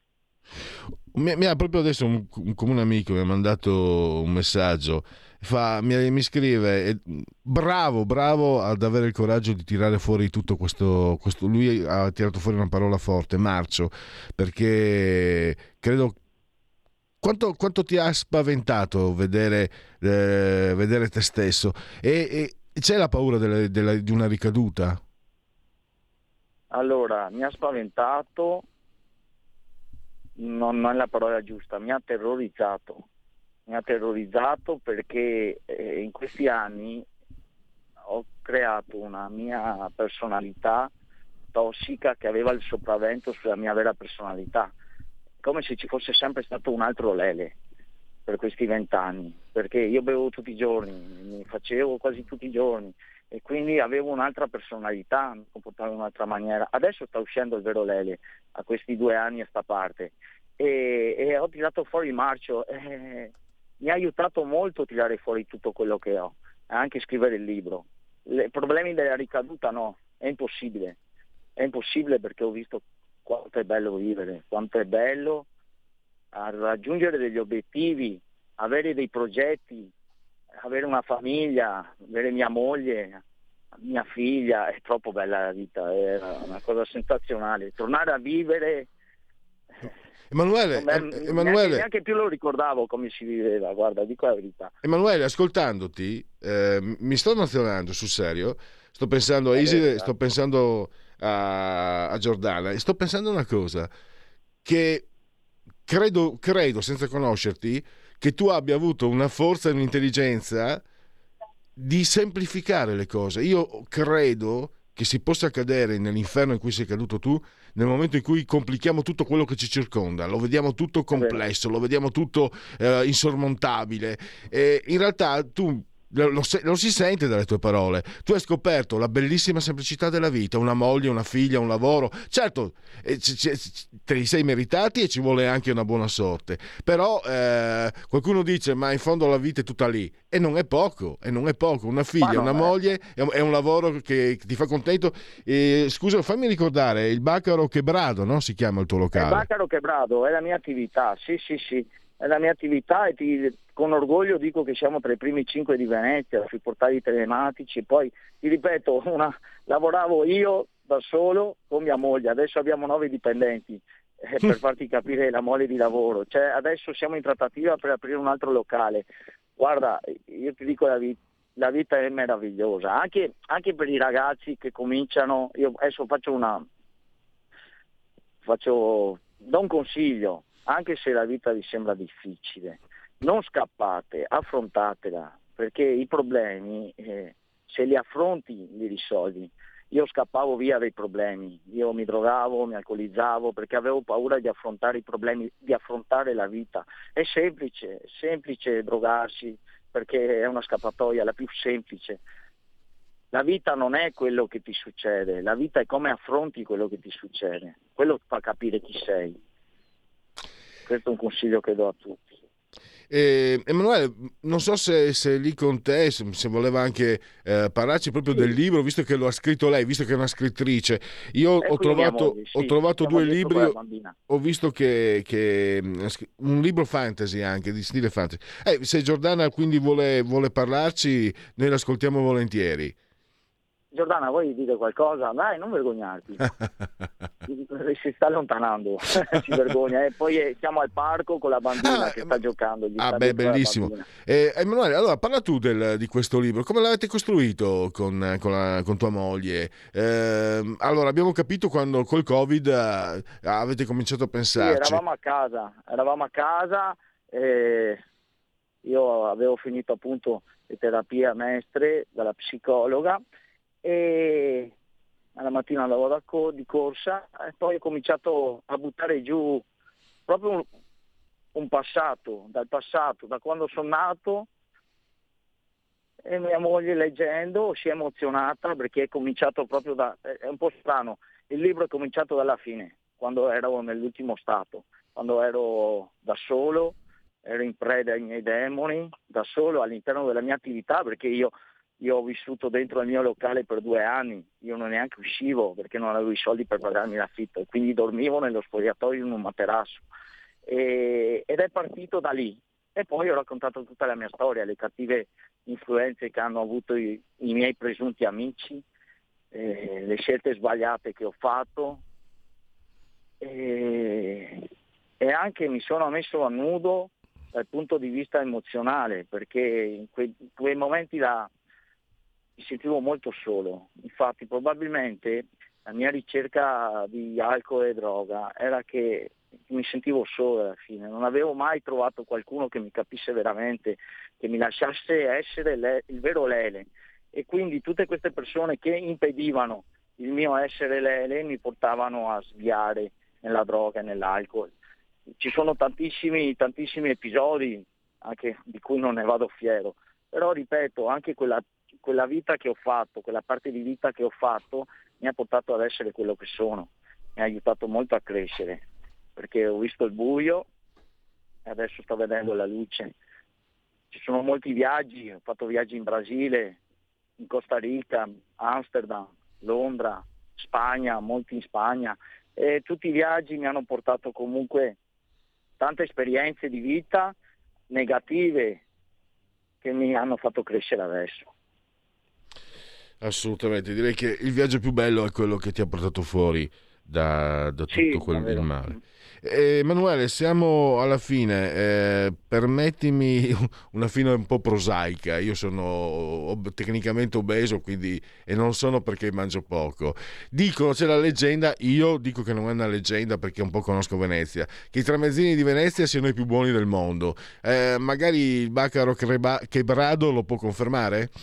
B: Mi, mi ha proprio adesso un, un comune amico mi ha mandato un messaggio, fa, mi, mi scrive bravo, bravo ad avere il coraggio di tirare fuori tutto questo, questo, lui ha tirato fuori una parola forte, marcio, perché credo quanto, quanto ti ha spaventato vedere, eh, vedere te stesso, e, e c'è la paura delle, della, di una ricaduta?
F: Allora, mi ha spaventato, non, non è la parola giusta, mi ha terrorizzato. Mi ha terrorizzato perché eh, in questi anni ho creato una mia personalità tossica che aveva il sopravvento sulla mia vera personalità, come se ci fosse sempre stato un altro Lele per questi vent'anni, perché io bevevo tutti i giorni, mi facevo quasi tutti i giorni, e quindi avevo un'altra personalità, mi comportavo in un'altra maniera. Adesso sta uscendo il vero Lele, a questi due anni a sta parte, e, e ho tirato fuori il marcio, e mi ha aiutato molto a tirare fuori tutto quello che ho, anche scrivere il libro. I problemi della ricaduta no, è impossibile, è impossibile perché ho visto quanto è bello vivere, quanto è bello a raggiungere degli obiettivi, avere dei progetti, avere una famiglia, avere mia moglie, mia figlia. È troppo bella la vita, è una cosa sensazionale, tornare a vivere.
B: Emanuele,
F: Me,
B: Emanuele
F: neanche, neanche più lo ricordavo come si viveva, guarda, dico la verità.
B: Emanuele, ascoltandoti eh, mi sto emozionando sul serio, sto pensando a Iside, sto pensando a, a Giordana e sto pensando a una cosa, che credo, credo senza conoscerti che tu abbia avuto una forza e un'intelligenza di semplificare le cose. Io credo che si possa cadere nell'inferno in cui sei caduto tu nel momento in cui complichiamo tutto quello che ci circonda, lo vediamo tutto complesso, lo vediamo tutto eh, insormontabile, e in realtà tu lo, lo si sente dalle tue parole, tu hai scoperto la bellissima semplicità della vita, una moglie, una figlia, un lavoro, certo eh, c- c- te li sei meritati e ci vuole anche una buona sorte, però eh, qualcuno dice ma in fondo la vita è tutta lì, e non è poco, e non è poco, una figlia, una moglie è un, è un lavoro che, che ti fa contento. E, scusa, fammi ricordare, il Baccaro Quebrado, no? Si chiama il tuo locale?
F: Il Baccaro Quebrado è la mia attività, sì sì sì, è la mia attività, e ti, con orgoglio dico che siamo tra i primi cinque di Venezia sui portali telematici. E poi ti ripeto, una, lavoravo io da solo con mia moglie, adesso abbiamo nove dipendenti, eh, per farti capire la mole di lavoro. Cioè, adesso siamo in trattativa per aprire un altro locale. Guarda, io ti dico la vita, la vita è meravigliosa, anche, anche per i ragazzi che cominciano. Io adesso faccio una faccio do un consiglio, anche se la vita vi sembra difficile, non scappate, affrontatela, perché i problemi eh, se li affronti li risolvi. Io scappavo via dai problemi, io mi drogavo, mi alcolizzavo perché avevo paura di affrontare i problemi, di affrontare la vita. È semplice, è semplice drogarsi perché è una scappatoia, la più semplice. La vita non è quello che ti succede, la vita è come affronti quello che ti succede, quello fa capire chi sei. Questo è un consiglio che do a tutti.
B: Eh, Emanuele, non so se, se lì con te, se, se voleva anche eh, parlarci proprio sì. del libro, visto che lo ha scritto lei, visto che è una scrittrice. Io ho trovato, moglie, sì, ho trovato due libri, ho visto che, che un libro fantasy anche, di stile fantasy. Eh, se Giordana quindi vuole, vuole parlarci, noi l'ascoltiamo volentieri.
F: Giordana, vuoi dire qualcosa? Dai, non vergognarti. Si sta allontanando, si vergogna. E poi siamo al parco con la bambina ah, che sta giocando. Gli
B: ah,
F: sta
B: beh, bellissimo. Eh, Emanuele, allora parla tu del, di questo libro. Come l'avete costruito con, con, la, con tua moglie? Eh, allora, abbiamo capito quando col Covid eh, avete cominciato a pensarci.
F: Sì, eravamo a casa, eravamo a casa. Eh, io avevo finito appunto le terapie a Mestre dalla psicologa. E alla mattina andavo di corsa e poi ho cominciato a buttare giù proprio un, un passato, dal passato, da quando sono nato, e mia moglie leggendo si è emozionata perché è cominciato proprio da, è un po' strano, il libro è cominciato dalla fine, quando ero nell'ultimo stato, quando ero da solo, ero in preda ai miei demoni, da solo all'interno della mia attività, perché io Io ho vissuto dentro il mio locale per due anni, io non neanche uscivo perché non avevo i soldi per pagarmi l'affitto e quindi dormivo nello spogliatoio in un materasso. E, ed è partito da lì. E poi ho raccontato tutta la mia storia, le cattive influenze che hanno avuto i, i miei presunti amici, eh, le scelte sbagliate che ho fatto e, e anche mi sono messo a nudo dal punto di vista emozionale, perché in quei, in quei momenti da mi sentivo molto solo. Infatti probabilmente la mia ricerca di alcol e droga era che mi sentivo solo alla fine, non avevo mai trovato qualcuno che mi capisse veramente, che mi lasciasse essere le, il vero Lele, e quindi tutte queste persone che impedivano il mio essere Lele mi portavano a sviare nella droga e nell'alcol. Ci sono tantissimi, tantissimi episodi anche di cui non ne vado fiero, però ripeto, anche quella quella vita che ho fatto, quella parte di vita che ho fatto mi ha portato ad essere quello che sono, mi ha aiutato molto a crescere, perché ho visto il buio e adesso sto vedendo la luce, ci sono molti viaggi, ho fatto viaggi in Brasile, in Costa Rica, Amsterdam, Londra, Spagna, molti in Spagna, e tutti i viaggi mi hanno portato comunque tante esperienze di vita negative che mi hanno fatto crescere adesso.
B: Assolutamente, direi che il viaggio più bello è quello che ti ha portato fuori da, da tutto
F: Sì,
B: quel il
F: davvero.
B: male. Eh, Emanuele, siamo alla fine, eh, permettimi una fine un po' prosaica. Io sono ob- tecnicamente obeso, quindi, e non sono perché mangio poco. Dicono, c'è la leggenda, io dico che non è una leggenda perché un po' conosco Venezia, che i tramezzini di Venezia siano i più buoni del mondo. Eh, magari il Baccaro Creba- Quebrado lo può confermare?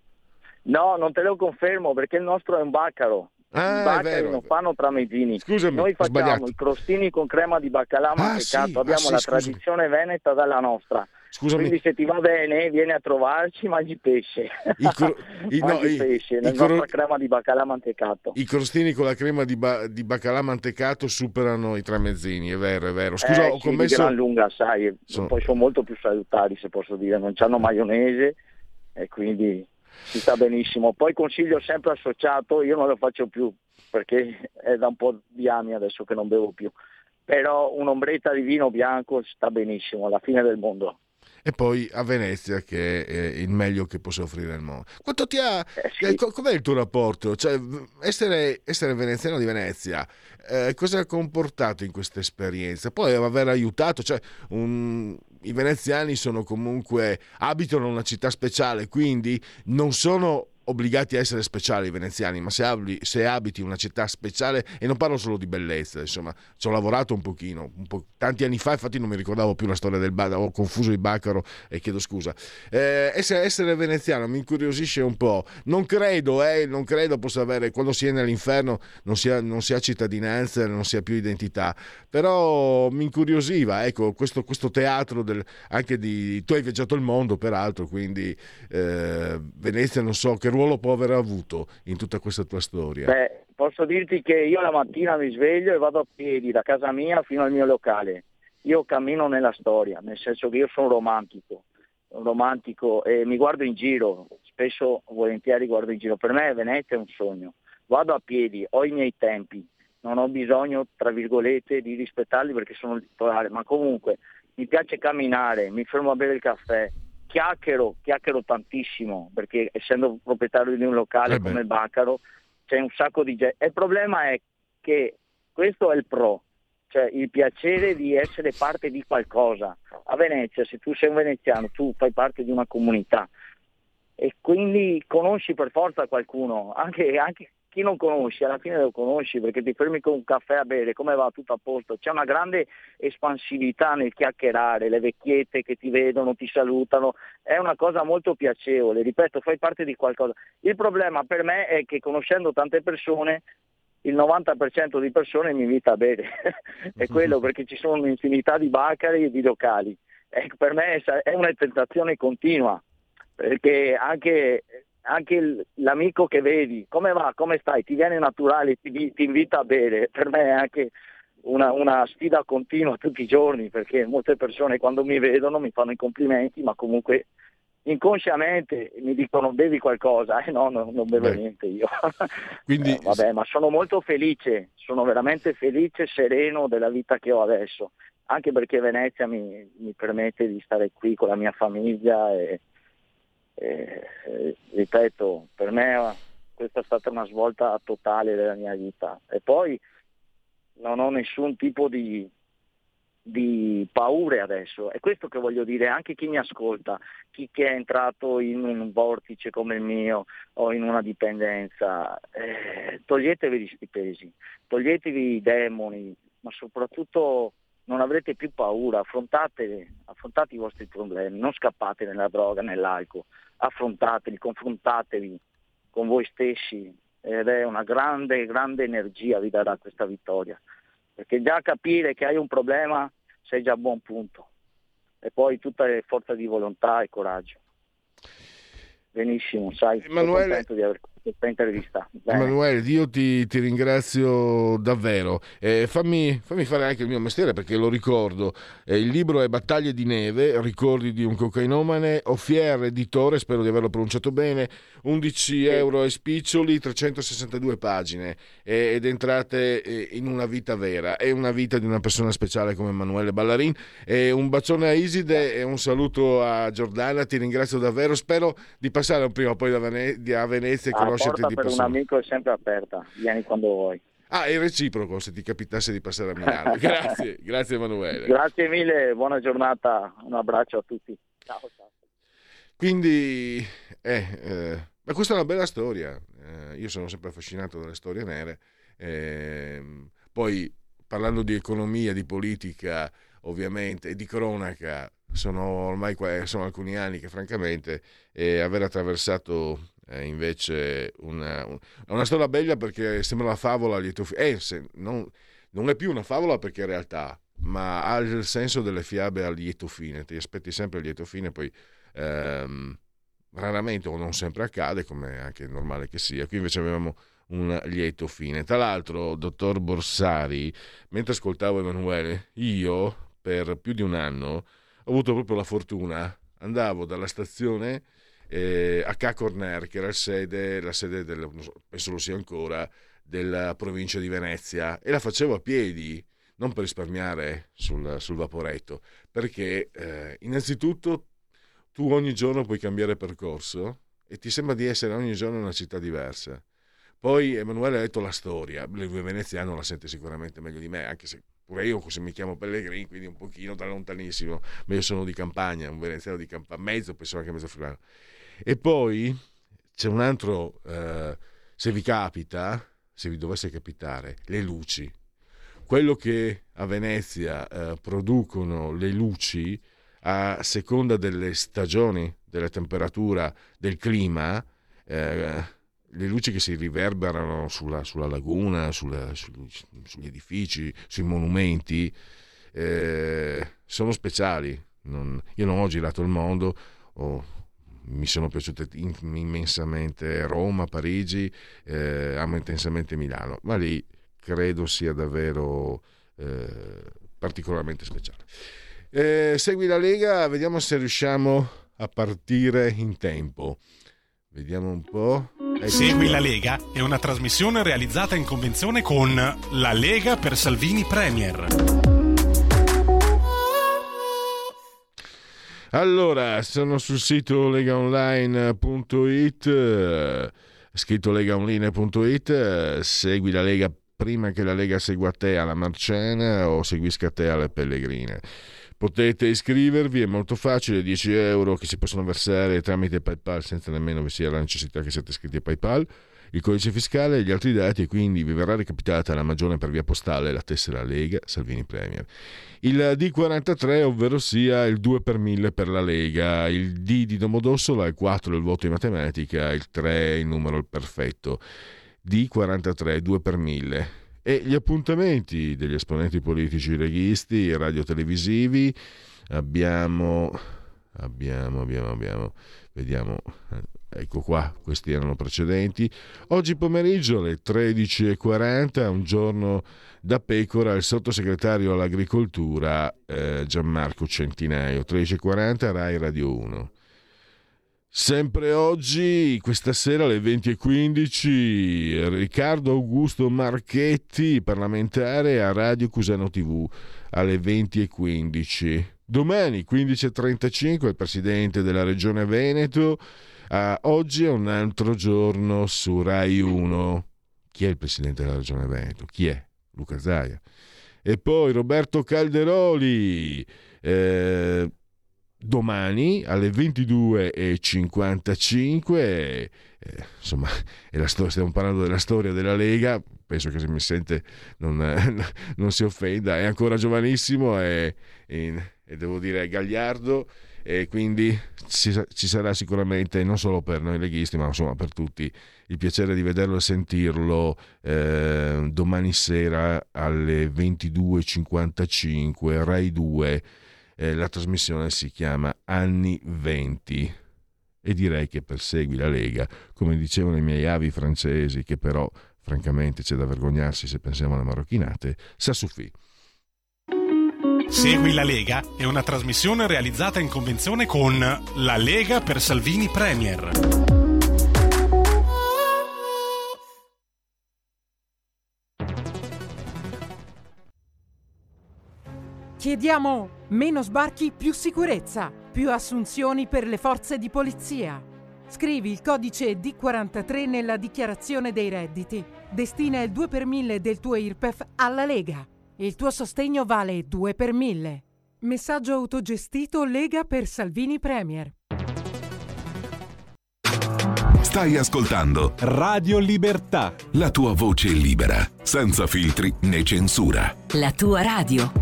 F: No, non te lo confermo perché il nostro è un baccaro.
B: Ah,
F: I
B: è
F: baccari
B: vero, è
F: non
B: vero.
F: fanno tramezzini.
B: Scusami,
F: Noi
B: ho
F: facciamo
B: sbagliato.
F: i crostini con crema di baccalà mantecato,
B: sì, ah,
F: abbiamo
B: sì,
F: la
B: scusami.
F: tradizione veneta dalla nostra.
B: Scusami.
F: Quindi se ti va bene vieni a trovarci, mangi pesce.
B: I cro- i- no,
F: mangi
B: i-
F: pesce,
B: i
F: nella
B: cro-
F: nostra crema di baccalà mantecato.
B: I crostini con la crema di, ba- di baccalà mantecato superano i tramezzini, è vero, è vero. Scusa,
F: Eh
B: ho
F: sì, di
B: commesso...
F: gran lunga, sai,
B: Sono-
F: poi sono molto più salutari se posso dire, non c'hanno maionese e quindi si sta benissimo. Poi consiglio sempre associato, io non lo faccio più perché è da un po' di anni adesso che non bevo più, però un'ombretta di vino bianco sta benissimo, alla fine del mondo.
B: E poi a Venezia, che è il meglio che possa offrire il mondo. Quanto ti ha...
F: Eh sì.
B: eh, co- com'è il tuo rapporto? Cioè, essere, essere veneziano di Venezia, eh, cosa ha comportato in questa esperienza? Poi aver aiutato, cioè, un- i veneziani sono comunque, abitano in una città speciale, quindi non sono obbligati a essere speciali i veneziani, ma se, abli, se abiti in una città speciale, e non parlo solo di bellezza, insomma, ci ho lavorato un pochino, un po', tanti anni fa, infatti non mi ricordavo più la storia del Baccaro, ho confuso il Baccaro e chiedo scusa. Eh, essere, essere veneziano mi incuriosisce un po', non credo, eh, non credo possa avere, quando si è nell'inferno non si ha, non si ha cittadinanza, non si ha più identità, però mi incuriosiva, ecco, questo, questo teatro del, anche di, tu hai viaggiato il mondo peraltro, quindi eh, Venezia non so che ruolo può aver avuto in tutta questa tua storia.
F: Beh, posso dirti che io la mattina mi sveglio e vado a piedi da casa mia fino al mio locale. Io cammino nella storia, nel senso che io sono romantico, un romantico e mi guardo in giro, spesso volentieri guardo in giro. Per me Venezia è un sogno. Vado a piedi, ho i miei tempi, non ho bisogno, tra virgolette, di rispettarli perché sono il titolare, ma comunque mi piace camminare, mi fermo a bere il caffè, chiacchiero, chiacchiero tantissimo, perché essendo proprietario di un locale
B: Eh beh.
F: come il Baccaro c'è un sacco di gente. E il problema è che questo è il pro, cioè il piacere di essere parte di qualcosa. A Venezia, se tu sei un veneziano, tu fai parte di una comunità e quindi conosci per forza qualcuno, anche, anche chi non conosci, alla fine lo conosci perché ti fermi con un caffè a bere, come va, tutto a posto. C'è una grande espansività nel chiacchierare, le vecchiette che ti vedono, ti salutano, è una cosa molto piacevole, ripeto, fai parte di qualcosa. Il problema per me è che conoscendo tante persone, il novanta per cento di persone mi invita a bere, è quello, perché ci sono un'infinità di baccari e di locali. Ecco, per me è una tentazione continua, perché anche... anche il, l'amico che vedi, come va, come stai, ti viene naturale, ti, ti invita a bere, per me è anche una, una sfida continua tutti i giorni, perché molte persone quando mi vedono mi fanno i complimenti, ma comunque inconsciamente mi dicono bevi qualcosa, eh no, no non bevo
B: Beh.
F: niente io.
B: Quindi
F: eh, vabbè, ma sono molto felice, sono veramente felice, sereno della vita che ho adesso, anche perché Venezia mi, mi permette di stare qui con la mia famiglia e Eh, eh, ripeto, per me questa è stata una svolta totale della mia vita e poi non ho nessun tipo di, di paure adesso, è questo che voglio dire anche chi mi ascolta, chi che è entrato in un vortice come il mio o in una dipendenza, eh, toglietevi questi pesi, toglietevi i demoni, ma soprattutto non avrete più paura, affrontate, affrontate i vostri problemi, non scappate nella droga, nell'alcol, affrontateli, confrontatevi con voi stessi ed è una grande, grande energia vi darà questa vittoria, perché già capire che hai un problema sei già a buon punto e poi tutta è forza di volontà e coraggio. Benissimo, sai, sono
B: Emanuele,
F: contento di aver... questa intervista. Bene.
B: Emanuele, io ti, ti ringrazio davvero. Eh, fammi, fammi fare anche il mio mestiere, perché lo ricordo. Eh, il libro è Battaglie di neve, ricordi di un cocainomane, Offier editore, spero di averlo pronunciato bene, undici euro e spiccioli, trecentosessantadue pagine, eh, ed entrate eh, in una vita vera. È una vita di una persona speciale come Emanuele Ballarin. Eh, un bacione a Iside e un saluto a Giordana, ti ringrazio davvero, spero di passare prima o poi da Vene- a Venezia e
F: La
B: conoscerti
F: porta
B: di
F: per
B: persona.
F: un amico è sempre aperta, vieni quando vuoi.
B: Ah, è reciproco se ti capitasse di passare a Milano. Grazie, grazie Emanuele.
F: Grazie mille, buona giornata, un abbraccio a tutti. Ciao, ciao.
B: Quindi, eh, eh, ma questa è una bella storia. Eh, io sono sempre affascinato dalle storie nere. Eh, poi, parlando di economia, di politica, ovviamente, e di cronaca, sono ormai sono alcuni anni che francamente eh, aver attraversato eh, invece una, una storia bella, perché sembra una favola a lieto fine. Eh, se, non, non è più una favola perché è realtà, ma ha il senso delle fiabe a lieto fine. Ti aspetti sempre il lieto fine, poi ehm, raramente o non sempre accade, come anche è normale che sia. Qui invece avevamo un lieto fine. Tra l'altro, dottor Borsari, mentre ascoltavo Emanuele, io per più di un anno ho avuto proprio la fortuna, andavo dalla stazione eh, a Ca' Corner, che era il sede, la sede del, penso lo sia ancora, della provincia di Venezia, e la facevo a piedi, non per risparmiare sul, sul vaporetto, perché eh, innanzitutto tu ogni giorno puoi cambiare percorso e ti sembra di essere ogni giorno in una città diversa. Poi Emanuele ha detto la storia, il veneziano la sente sicuramente meglio di me, anche se pure io se mi chiamo Pellegrini, quindi un pochino da lontanissimo, ma io sono di campagna, un veneziano di campagna, mezzo, penso anche mezzo friulano. E poi c'è un altro, eh, se vi capita, se vi dovesse capitare, le luci. Quello che a Venezia eh, producono le luci a seconda delle stagioni, della temperatura, del clima, eh, le luci che si riverberano sulla, sulla laguna, sulla, sugli, sugli edifici, sui monumenti, eh, sono speciali. Non, io non ho girato il mondo, ho, mi sono piaciute immensamente Roma, Parigi, eh, amo intensamente Milano, ma lì credo sia davvero eh, particolarmente speciale. Eh, segui la Lega, vediamo se riusciamo a partire in tempo. Vediamo un po'. Ecco.
G: Segui la Lega è una trasmissione realizzata in convenzione con La Lega per Salvini Premier.
B: Allora, sono sul sito legaonline punto it, scritto legaonline punto it, segui la Lega prima che la Lega segua te alla Marcena o seguisca te alle Pellegrine. Potete iscrivervi, è molto facile, dieci euro che si possono versare tramite PayPal senza nemmeno vi sia la necessità che siate iscritti a PayPal, il codice fiscale e gli altri dati, e quindi vi verrà recapitata la magione per via postale la tessera Lega Salvini Premier. Il D quarantatré, ovvero sia il due per mille per la Lega, il D di Domodossola, il quattro il voto in matematica, il tre il numero perfetto. D quarantatré, due per mille. E gli appuntamenti degli esponenti politici leghisti e radiotelevisivi abbiamo abbiamo abbiamo abbiamo vediamo, ecco qua, questi erano precedenti. Oggi pomeriggio alle tredici e quaranta, un giorno da pecora, il sottosegretario all'agricoltura eh, Gianmarco Centinaio, tredici e quaranta Rai Radio uno. Sempre oggi, questa sera alle venti e quindici, Riccardo Augusto Marchetti, parlamentare a Radio Cusano tivù, alle venti e quindici. Domani, quindici e trentacinque, il presidente della Regione Veneto. Uh, oggi è un altro giorno su Rai uno. Chi è il presidente della Regione Veneto? Chi è? Luca Zaia. E poi Roberto Calderoli. Eh, domani alle ventidue e cinquantacinque, eh, insomma, è la storia, stiamo parlando della storia della Lega, penso che se mi sente non, non si offenda, è ancora giovanissimo e, e, e devo dire gagliardo, e quindi ci, ci sarà sicuramente, non solo per noi leghisti ma insomma per tutti, il piacere di vederlo e sentirlo eh, domani sera alle ventidue e cinquantacinque Rai due. Eh, la trasmissione si chiama Anni venti e direi che persegui la Lega, come dicevano i miei avi francesi, che però francamente c'è da vergognarsi se pensiamo alle marocchinate. Ça suffit.
G: Segui la Lega è una trasmissione realizzata in convenzione con La Lega per Salvini Premier.
H: Chiediamo meno sbarchi, più sicurezza, più assunzioni per le forze di polizia. Scrivi il codice D quarantatré nella dichiarazione dei redditi. Destina il due per mille del tuo I R P E F alla Lega. Il tuo sostegno vale due per mille. Messaggio autogestito Lega per Salvini Premier.
E: Stai ascoltando
A: Radio Libertà.
E: la tua voce libera, senza filtri né censura.
I: La tua radio.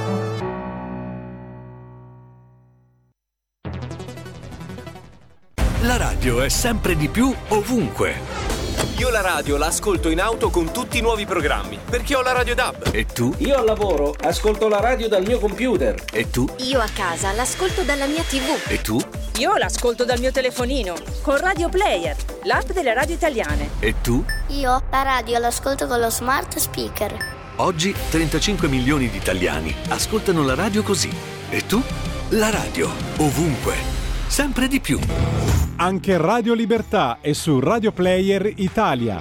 J: La radio è sempre di più ovunque. Io la radio la ascolto in auto con tutti i nuovi programmi, perché ho la radio D A B. E tu?
K: Io al lavoro ascolto la radio dal mio computer.
J: E tu?
L: Io a casa l'ascolto dalla mia tivù.
J: E tu?
M: Io l'ascolto dal mio telefonino, con Radio Player, l'app delle radio italiane.
J: E tu?
L: Io la radio l'ascolto con lo smart speaker.
J: Oggi trentacinque milioni di italiani ascoltano la radio così. E tu? La radio, ovunque, sempre di più.
A: Anche Radio Libertà è su Radio Player Italia.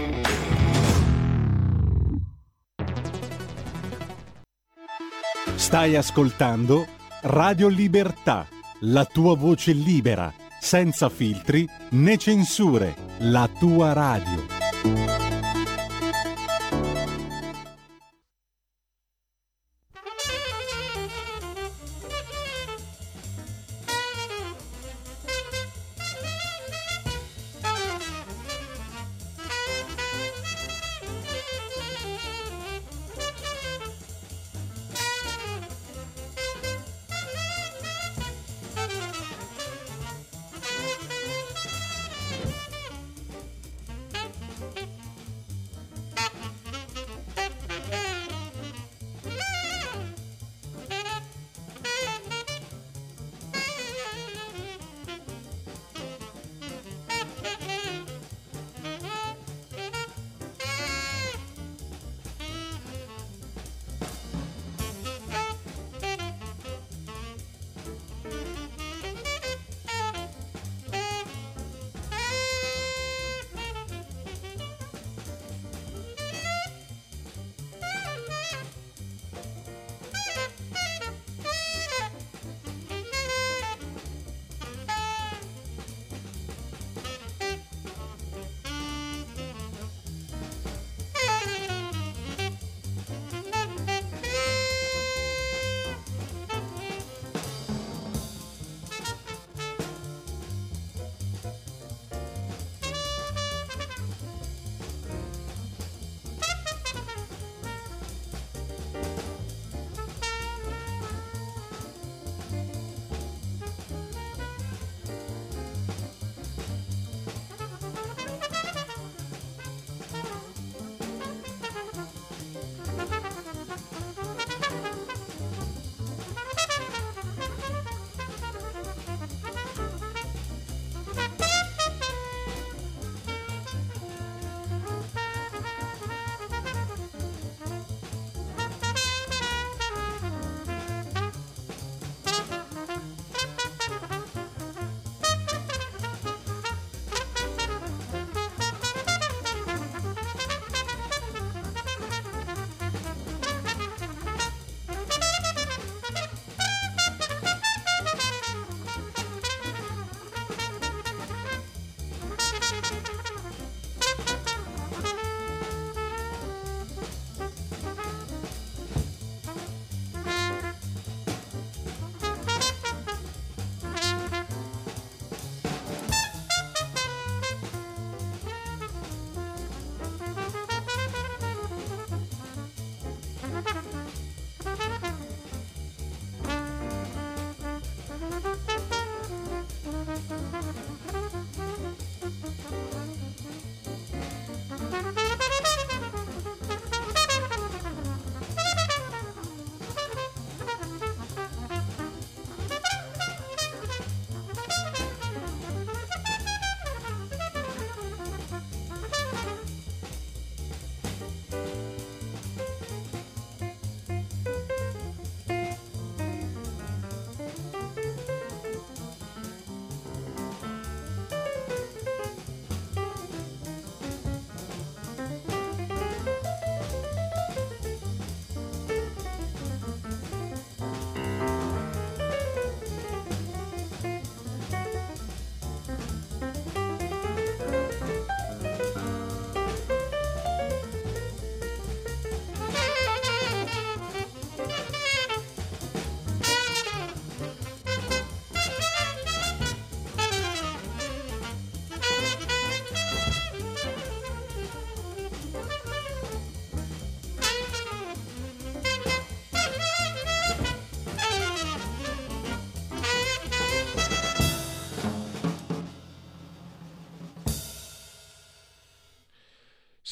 A: Stai ascoltando Radio Libertà, la tua voce libera, senza filtri né censure, la tua radio.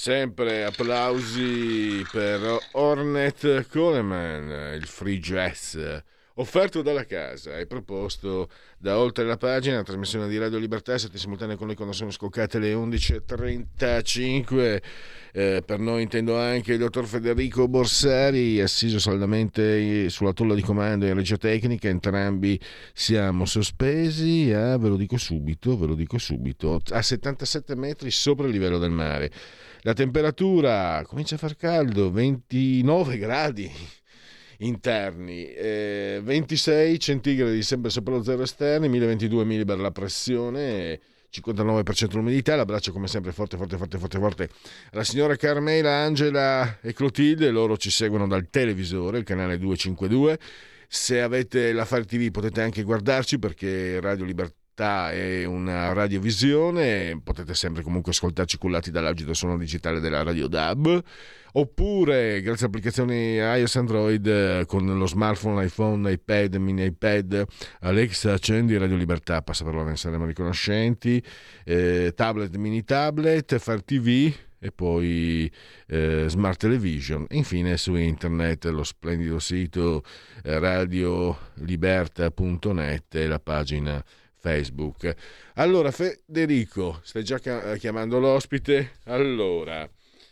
B: Sempre applausi per Ornette Coleman, il free jazz offerto dalla casa e proposto da Oltre la Pagina, trasmissione di Radio Libertà. Siete simultanei con noi quando sono scoccate le undici e trentacinque. Eh, per noi intendo anche il dottor Federico Borsari, assiso saldamente sulla tolla di comando in regia tecnica. Entrambi siamo sospesi a, ve lo dico subito, ve lo dico subito, a settantasette metri sopra il livello del mare. La temperatura comincia a far caldo, ventinove gradi interni, eh, ventisei centigradi sempre sopra lo zero esterni, mille ventidue millibar la pressione, cinquantanove per cento l'umidità. L'abbraccio come sempre forte forte forte forte forte alla signora Carmela, Angela e Clotilde. Loro ci seguono dal televisore, il canale duecentocinquantadue. Se avete la Fire T V potete anche guardarci, perché Radio Libertà è una radiovisione, potete sempre comunque ascoltarci cullati dall'agito suono digitale della Radio D A B, oppure grazie a applicazioni iOS, Android, con lo smartphone, iPhone, iPad, mini iPad. Alexa, accendi Radio Libertà, passa per la, ne saremo riconoscenti, eh, tablet, mini tablet, Fire T V e poi eh, Smart Television. Infine su internet lo splendido sito eh, radioliberta punto net e la pagina Facebook. Allora Federico, stai già chiamando l'ospite? Allora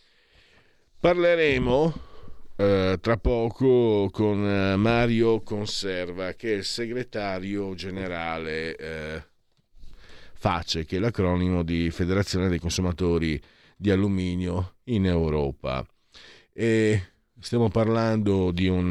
B: parleremo eh, tra poco con eh, Mario Conserva, che è il segretario generale eh, FACE, che è l'acronimo di Federazione dei Consumatori di Alluminio in Europa. E stiamo parlando di un,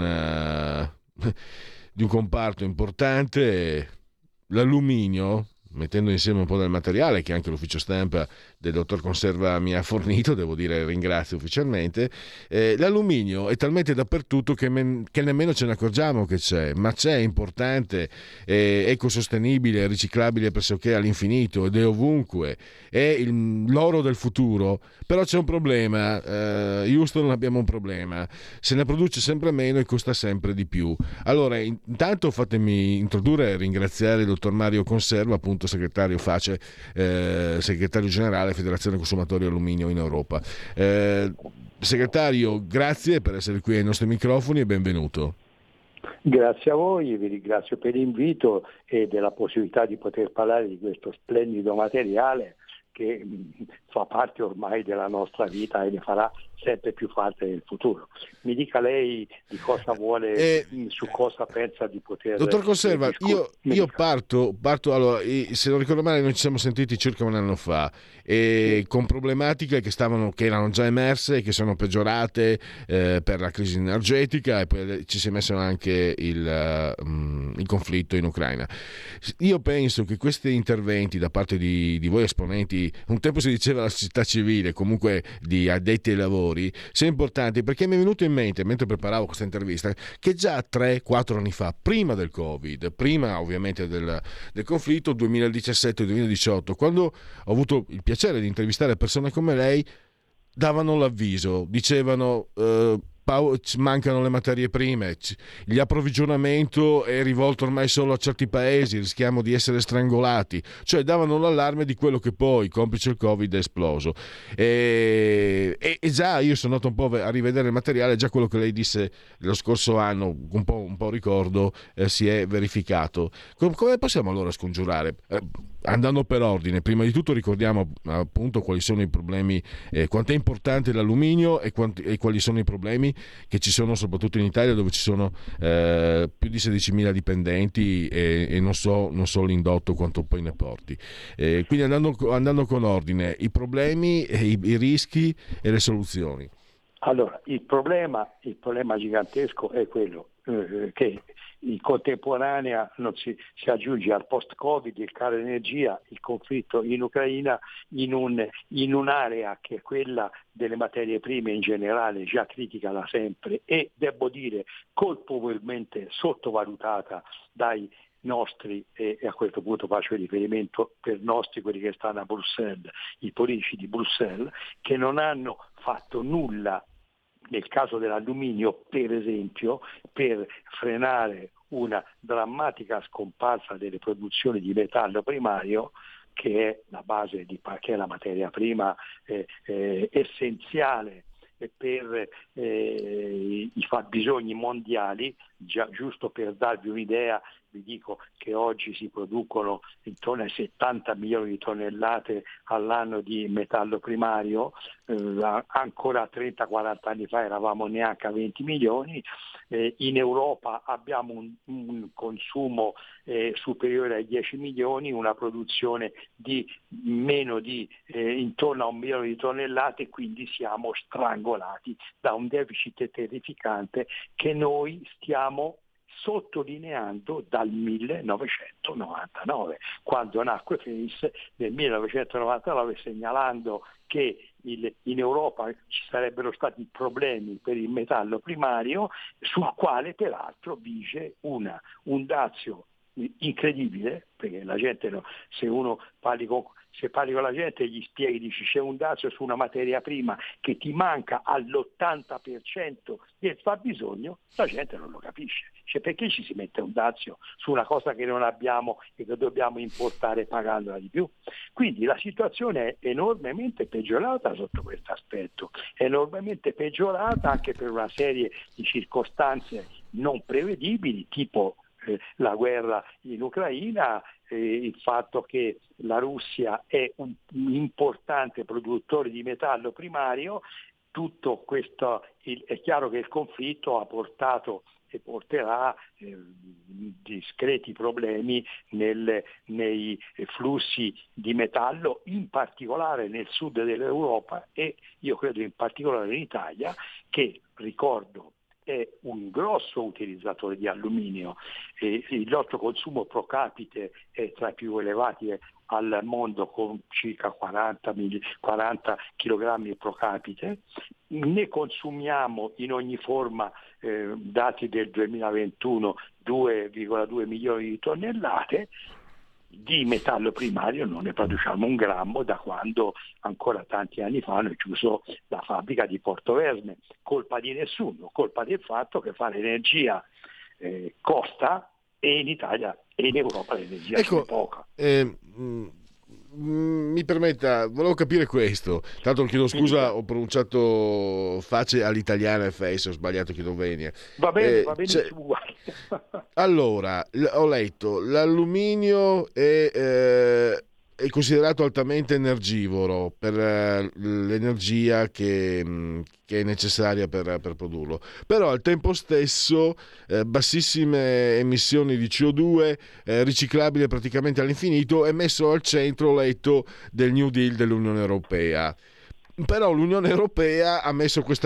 B: uh, di un comparto importante, l'alluminio, mettendo insieme un po' del materiale che anche l'ufficio stampa del dottor Conserva mi ha fornito, devo dire ringrazio ufficialmente. Eh, l'alluminio è talmente dappertutto che, men- che nemmeno ce ne accorgiamo che c'è, ma c'è, è importante, è ecosostenibile, è riciclabile pressoché all'infinito ed è ovunque, è il, l'oro del futuro. Però c'è un problema, eh, Houston abbiamo un problema, se ne produce sempre meno e costa sempre di più. Allora intanto fatemi introdurre e ringraziare il dottor Mario Conserva, appunto segretario FACE, eh, segretario generale Federazione Consumatori Alluminio in Europa. Eh, segretario, grazie per essere qui ai nostri microfoni e benvenuto.
I: Grazie a voi, vi ringrazio per l'invito e della possibilità di poter parlare di questo splendido materiale che fa parte ormai della nostra vita e ne farà sempre più parte nel futuro. Mi dica lei di cosa vuole, eh, su cosa pensa di poter...
B: Dottor Conserva, io, io parto, parto allora, se non ricordo male noi ci siamo sentiti circa un anno fa e con problematiche che stavano, che erano già emerse e che sono peggiorate eh, per la crisi energetica, e poi ci si è messo anche il, um, il conflitto in Ucraina. Io penso che questi interventi da parte di, di voi esponenti, un tempo si diceva la società civile, comunque di addetti ai lavori, sia importante, perché mi è venuto in mente mentre preparavo questa intervista che già tre quattro anni fa, prima del Covid, prima ovviamente del, del conflitto, duemiladiciassette duemiladiciotto, quando ho avuto il piacere di intervistare persone come lei, davano l'avviso, dicevano eh, mancano le materie prime, gli approvvigionamento è rivolto ormai solo a certi paesi, rischiamo di essere strangolati, cioè davano l'allarme di quello che poi, complice il Covid, è esploso. E, e, e già io sono andato un po' a rivedere il materiale, già quello che lei disse lo scorso anno, un po', un po' ricordo, eh, si è verificato. Com- come possiamo allora scongiurare? Eh, andando per ordine, prima di tutto ricordiamo appunto quali sono i problemi, eh, quanto è importante l'alluminio e, quanti, e quali sono i problemi che ci sono soprattutto in Italia, dove ci sono eh, più di sedicimila dipendenti e, e non so non so l'indotto quanto poi ne porti. Eh, quindi andando, andando con ordine, i problemi, i, i rischi e le soluzioni.
I: Allora, il problema, il problema gigantesco è quello eh, che in contemporanea non si, si aggiunge al post-Covid il caro energia, il conflitto in Ucraina, in, un, in un'area che è quella delle materie prime in generale, già critica da sempre e, devo dire, colpevolmente sottovalutata dai nostri, e a questo punto faccio riferimento per nostri, quelli che stanno a Bruxelles, i politici di Bruxelles, che non hanno fatto nulla nel caso dell'alluminio, per esempio, per frenare una drammatica scomparsa delle produzioni di metallo primario, che è la base di, che è la materia prima eh, eh, essenziale per eh, i fabbisogni mondiali. Già, giusto per darvi un'idea, vi dico che oggi si producono intorno ai settanta milioni di tonnellate all'anno di metallo primario, eh, ancora trenta quaranta anni fa eravamo neanche a venti milioni, eh, in Europa abbiamo un, un consumo eh, superiore ai dieci milioni, una produzione di meno di eh, intorno a un milione di tonnellate, quindi siamo strangolati da un deficit terrificante che noi stiamo sottolineando dal millenovecentonovantanove, quando nacque Face nel millenovecentonovantanove, segnalando che il, in Europa ci sarebbero stati problemi per il metallo primario, sul quale peraltro vige una, un dazio incredibile, perché la gente, no, se uno parli con, se parli con la gente e gli spieghi, dici c'è un dazio su una materia prima che ti manca all'ottanta per cento del fabbisogno, la gente non lo capisce. Cioè, perché ci si mette un dazio su una cosa che non abbiamo e che dobbiamo importare pagandola di più? Quindi la situazione è enormemente peggiorata sotto questo aspetto, è enormemente peggiorata anche per una serie di circostanze non prevedibili, tipo eh, la guerra in Ucraina, eh, il fatto che la Russia è un, un importante produttore di metallo primario. Tutto questo, il, è chiaro che il conflitto ha portato e porterà eh, discreti problemi nel, nei flussi di metallo, in particolare nel sud dell'Europa e io credo in particolare in Italia, che, ricordo, è un grosso utilizzatore di alluminio. E il nostro consumo pro capite è tra i più elevati al mondo, con circa quaranta chilogrammi pro capite. Ne consumiamo in ogni forma, eh, dati del duemilaventuno, due virgola due milioni di tonnellate. Di metallo primario non ne produciamo un grammo da quando ancora tanti anni fa hanno chiuso la fabbrica di Portovesme. Colpa di nessuno, colpa del fatto che fare energia eh, costa, e in Italia e in Europa l'energia
B: ecco,
I: è poca.
B: Eh, mh, mi permetta, volevo capire questo. Tanto chiedo scusa, ho pronunciato face all'italiana e face, ho sbagliato, chiedo venia.
I: Va bene,
B: eh,
I: va bene,
B: cioè,
I: uguale.
B: Allora, ho letto, l'alluminio è, eh, è considerato altamente energivoro per eh, l'energia che, mh, che è necessaria per, per produrlo, però al tempo stesso eh, bassissime emissioni di C O due, eh, riciclabile praticamente all'infinito, è messo al centro, letto, del New Deal dell'Unione Europea. Però l'Unione Europea ha messo questa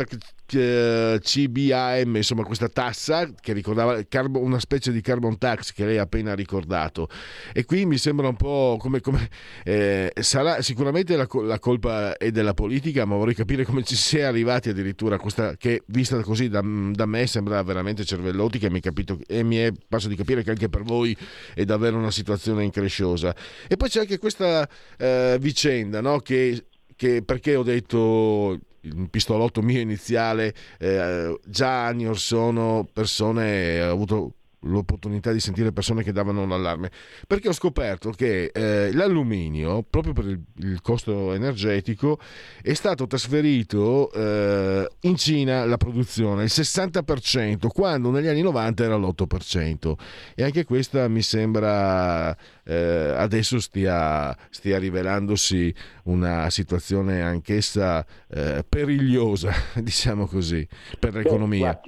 B: eh, C B A M, insomma questa tassa che ricordava carbo, una specie di carbon tax che lei ha appena ricordato, e qui mi sembra un po' come, come eh, sarà sicuramente la, la colpa è della politica, ma vorrei capire come ci si è arrivati addirittura a questa, che vista così da, da me sembra veramente cervellotica, e mi, capito, e mi è passo di capire che anche per voi è davvero una situazione incresciosa. E poi c'è anche questa eh, vicenda, no, che che perché ho detto il pistolotto mio iniziale, eh, già anni or sono persone, ho avuto l'opportunità di sentire persone che davano un allarme, perché ho scoperto che eh, l'alluminio, proprio per il, il costo energetico, è stato trasferito eh, in Cina, la produzione, il sessanta per cento, quando negli anni novanta era l'otto per cento, e anche questa mi sembra eh, adesso stia, stia rivelandosi una situazione anch'essa eh, perigliosa, diciamo così, per l'economia.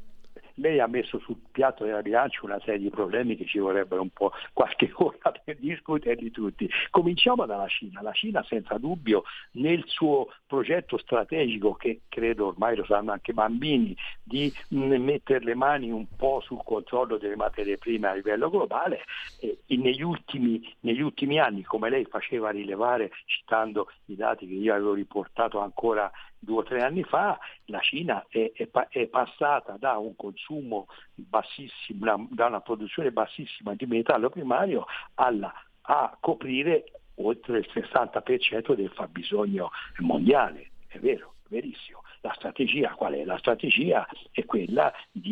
I: Lei ha messo sul piatto della bilancia una serie di problemi che ci vorrebbero un po' qualche ora per discuterli tutti. Cominciamo dalla Cina. La Cina senza dubbio nel suo progetto strategico, che credo ormai lo sanno anche i bambini, di mh, mettere le mani un po' sul controllo delle materie prime a livello globale, eh, e negli ultimi, negli ultimi anni, come lei faceva rilevare citando i dati che io avevo riportato ancora due o tre anni fa, la Cina è, è, è passata da un consumo bassissimo, una, da una produzione bassissima di metallo primario alla, a coprire oltre il sessanta per cento del fabbisogno mondiale. È vero, è verissimo. La strategia qual è? La strategia è quella di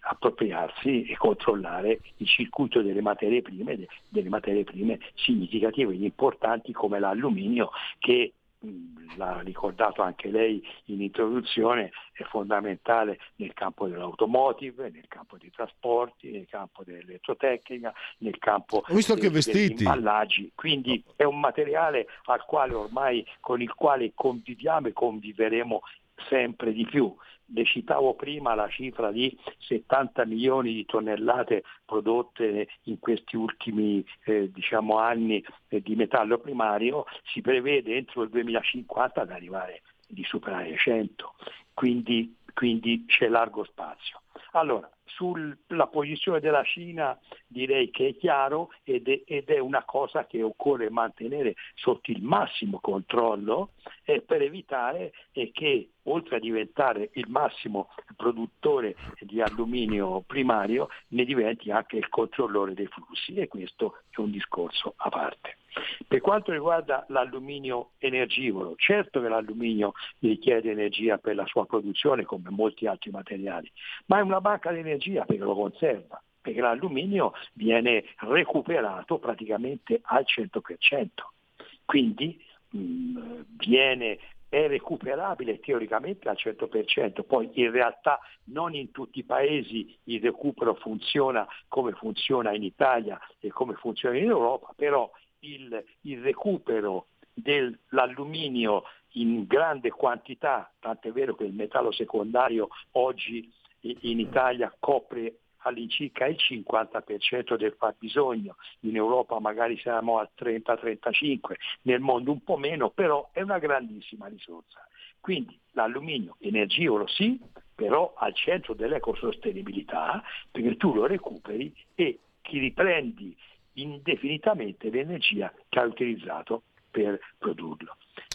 I: appropriarsi e controllare il circuito delle materie prime, delle materie prime significative ed importanti come l'alluminio, che l'ha ricordato anche lei in introduzione, è fondamentale nel campo dell'automotive, nel campo dei trasporti, nel campo dell'elettrotecnica, nel campo
B: Ho visto
I: dei,
B: che vestiti.
I: degli imballaggi, quindi è un materiale al quale ormai con il quale conviviamo e conviveremo sempre di più. Le citavo prima la cifra di settanta milioni di tonnellate prodotte in questi ultimi eh, diciamo anni eh, di metallo primario, si prevede entro il duemilacinquanta ad arrivare di superare cento, quindi, quindi c'è largo spazio. Allora, sulla posizione della Cina direi che è chiaro ed è, ed è una cosa che occorre mantenere sotto il massimo controllo eh, per evitare eh, che oltre a diventare il massimo produttore di alluminio primario ne diventi anche il controllore dei flussi, e questo è un discorso a parte. Per quanto riguarda l'alluminio energivoro, certo che l'alluminio richiede energia per la sua produzione come molti altri materiali, ma è una banca di energia perché lo conserva, perché l'alluminio viene recuperato praticamente al cento per cento, quindi mh, viene è recuperabile teoricamente al cento per cento, poi in realtà non in tutti i paesi il recupero funziona come funziona in Italia e come funziona in Europa, però il, il recupero dell'alluminio in grande quantità, tant'è vero che il metallo secondario oggi in Italia copre all'incirca il cinquanta per cento del fabbisogno, in Europa magari siamo al trenta trentacinque, nel mondo un po' meno, però è una grandissima risorsa. Quindi l'alluminio energivoro sì, però al centro dell'ecosostenibilità, perché tu lo recuperi e ti riprendi indefinitamente l'energia che hai utilizzato per produrlo.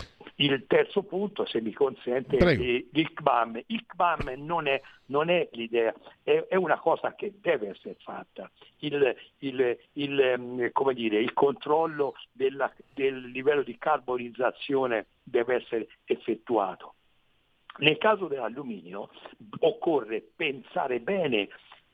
I: Il terzo punto, se mi consente, è il C B A M. Il C B A M non è, non è l'idea, è, è una cosa che deve essere fatta. Il, il, il, come dire, il controllo della, del livello di carbonizzazione deve essere effettuato. Nel caso dell'alluminio occorre pensare bene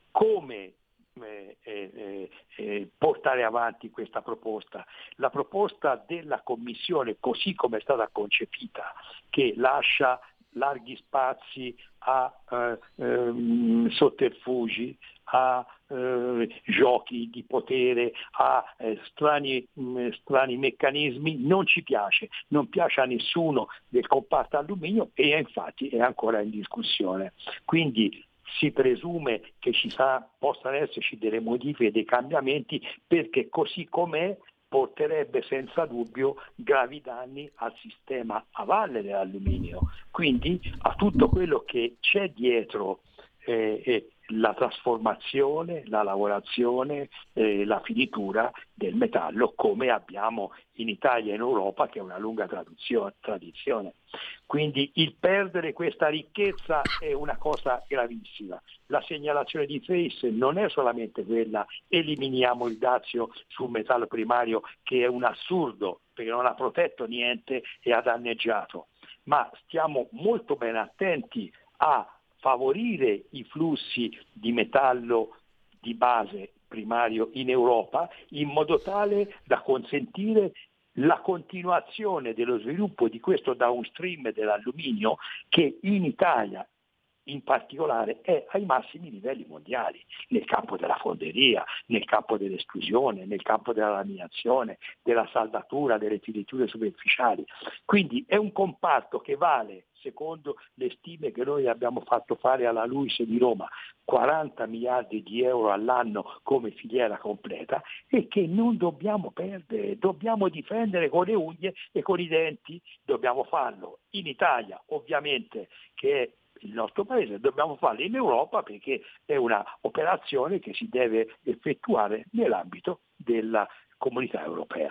I: come Eh, eh, eh, portare avanti questa proposta. La proposta della Commissione, così come è stata concepita, che lascia larghi spazi a eh, ehm, sotterfugi, a eh, giochi di potere, a eh, strani, mh, strani meccanismi, non ci piace, non piace a nessuno del comparto alluminio e infatti è ancora in discussione. Quindi si presume che ci sa, possano esserci delle modifiche, dei cambiamenti, perché così com'è porterebbe senza dubbio gravi danni al sistema a valle dell'alluminio, quindi a tutto quello che c'è dietro eh, eh, la trasformazione, la lavorazione, eh, la finitura del metallo, come abbiamo in Italia e in Europa, che è una lunga tradizione. Quindi il perdere questa ricchezza è una cosa gravissima. La segnalazione di Trace non è solamente quella eliminiamo il dazio sul metallo primario, che è un assurdo perché non ha protetto niente e ha danneggiato, ma stiamo molto ben attenti a favorire i flussi di metallo di base primario in Europa in modo tale da consentire la continuazione dello sviluppo di questo downstream dell'alluminio, che in Italia in particolare è ai massimi livelli mondiali, nel campo della fonderia, nel campo dell'esclusione, nel campo della laminazione, della saldatura, delle finiture superficiali. Quindi è un comparto che vale, secondo le stime che noi abbiamo fatto fare alla LUISS di Roma, quaranta miliardi di euro all'anno come filiera completa, e che non dobbiamo perdere, dobbiamo difendere con le unghie e con i denti. Dobbiamo farlo in Italia, ovviamente, che è il nostro paese, dobbiamo farlo in Europa, perché è una operazione che si deve effettuare nell'ambito della comunità europea.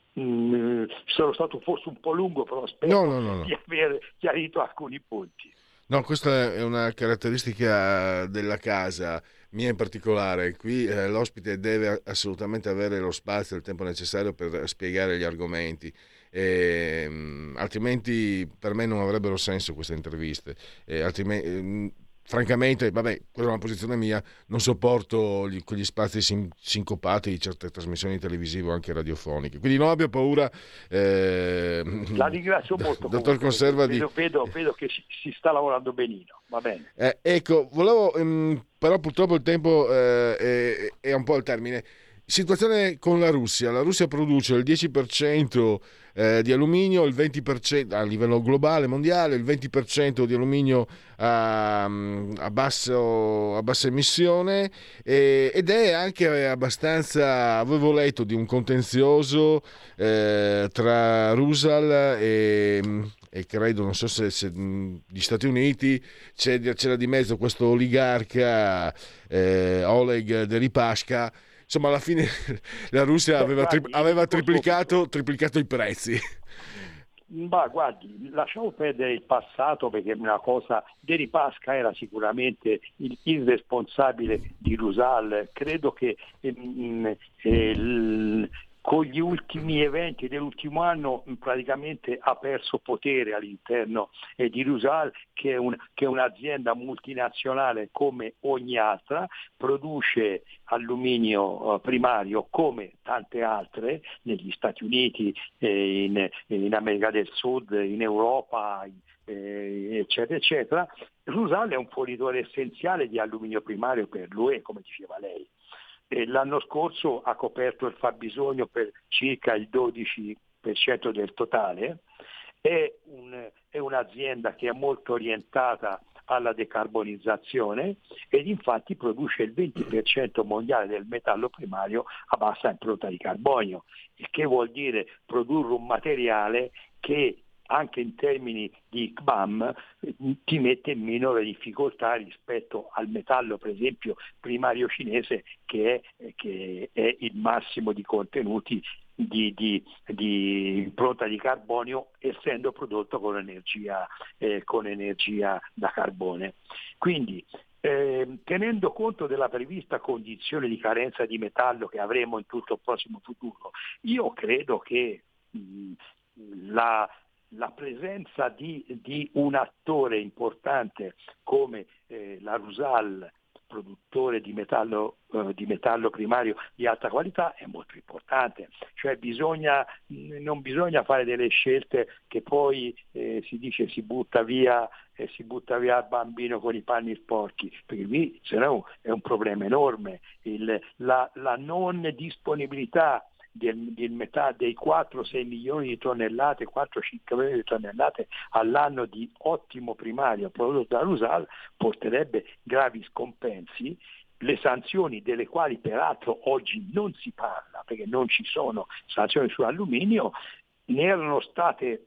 I: Mm, sono stato forse un po' lungo, però spero
B: no, no, no, no.
I: di aver chiarito alcuni punti.
B: No, questa è una caratteristica della casa mia in particolare. Qui eh, l'ospite deve assolutamente avere lo spazio e il tempo necessario per spiegare gli argomenti. E, mh, altrimenti per me non avrebbero senso queste interviste. E, altrimenti, mh, francamente, vabbè, quella è una posizione mia, non sopporto gli, quegli spazi sin, sincopati di certe trasmissioni televisive o anche radiofoniche, quindi non abbia paura. Eh,
I: la ringrazio molto,
B: dottor Conserva,
I: vedo,
B: di...
I: vedo, vedo che si, si sta lavorando benino, va bene.
B: Eh, ecco, volevo, ehm, però purtroppo il tempo eh, è, è un po' al termine. Situazione con la Russia. La Russia produce il dieci per cento eh, di alluminio, il venti per cento a livello globale, mondiale, il venti per cento di alluminio a, a, basso, a bassa emissione e, ed è anche abbastanza, avevo letto di un contenzioso eh, tra Rusal e, e credo, non so se, se gli Stati Uniti, c'è, c'era di mezzo questo oligarca eh, Oleg Deripaska. Insomma, alla fine la Russia aveva, tri- aveva triplicato, triplicato i prezzi.
I: Ma guardi, lasciamo perdere il passato, perché una cosa, Deripaska era sicuramente il, il responsabile di Rusal. Credo che eh, eh, l, con gli ultimi eventi dell'ultimo anno praticamente ha perso potere all'interno eh, di Rusal, che è, un, che è un'azienda multinazionale come ogni altra, produce alluminio eh, primario come tante altre negli Stati Uniti, eh, in, in America del Sud, in Europa, eh, eccetera eccetera. Rusal è un fornitore essenziale di alluminio primario per l'U E, come diceva lei. L'anno scorso ha coperto il fabbisogno per circa il dodici per cento del totale, è, un, è un'azienda che è molto orientata alla decarbonizzazione ed infatti produce il venti per cento mondiale del metallo primario a bassa impronta di carbonio, il che vuol dire produrre un materiale che anche in termini di C B A M ti mette in minore difficoltà rispetto al metallo, per esempio, primario cinese, che è, che è il massimo di contenuti di, di, di impronta di carbonio, essendo prodotto con energia, eh, con energia da carbone. Quindi, Eh, tenendo conto della prevista condizione di carenza di metallo che avremo in tutto il prossimo futuro, io credo che mh, la la presenza di, di un attore importante come eh, la Rusal, produttore di metallo, eh, di metallo primario di alta qualità, è molto importante. Cioè bisogna, non bisogna fare delle scelte che poi eh, si dice si butta via eh, si butta via il bambino con i panni sporchi, perché lì se no è un problema enorme. Il, la, la non disponibilità Del, del metà dei quattro sei milioni di tonnellate, quattro cinque milioni di tonnellate all'anno di ottimo primario prodotto da Rusal porterebbe gravi scompensi. Le sanzioni, delle quali peraltro oggi non si parla perché non ci sono sanzioni sull'alluminio, ne erano state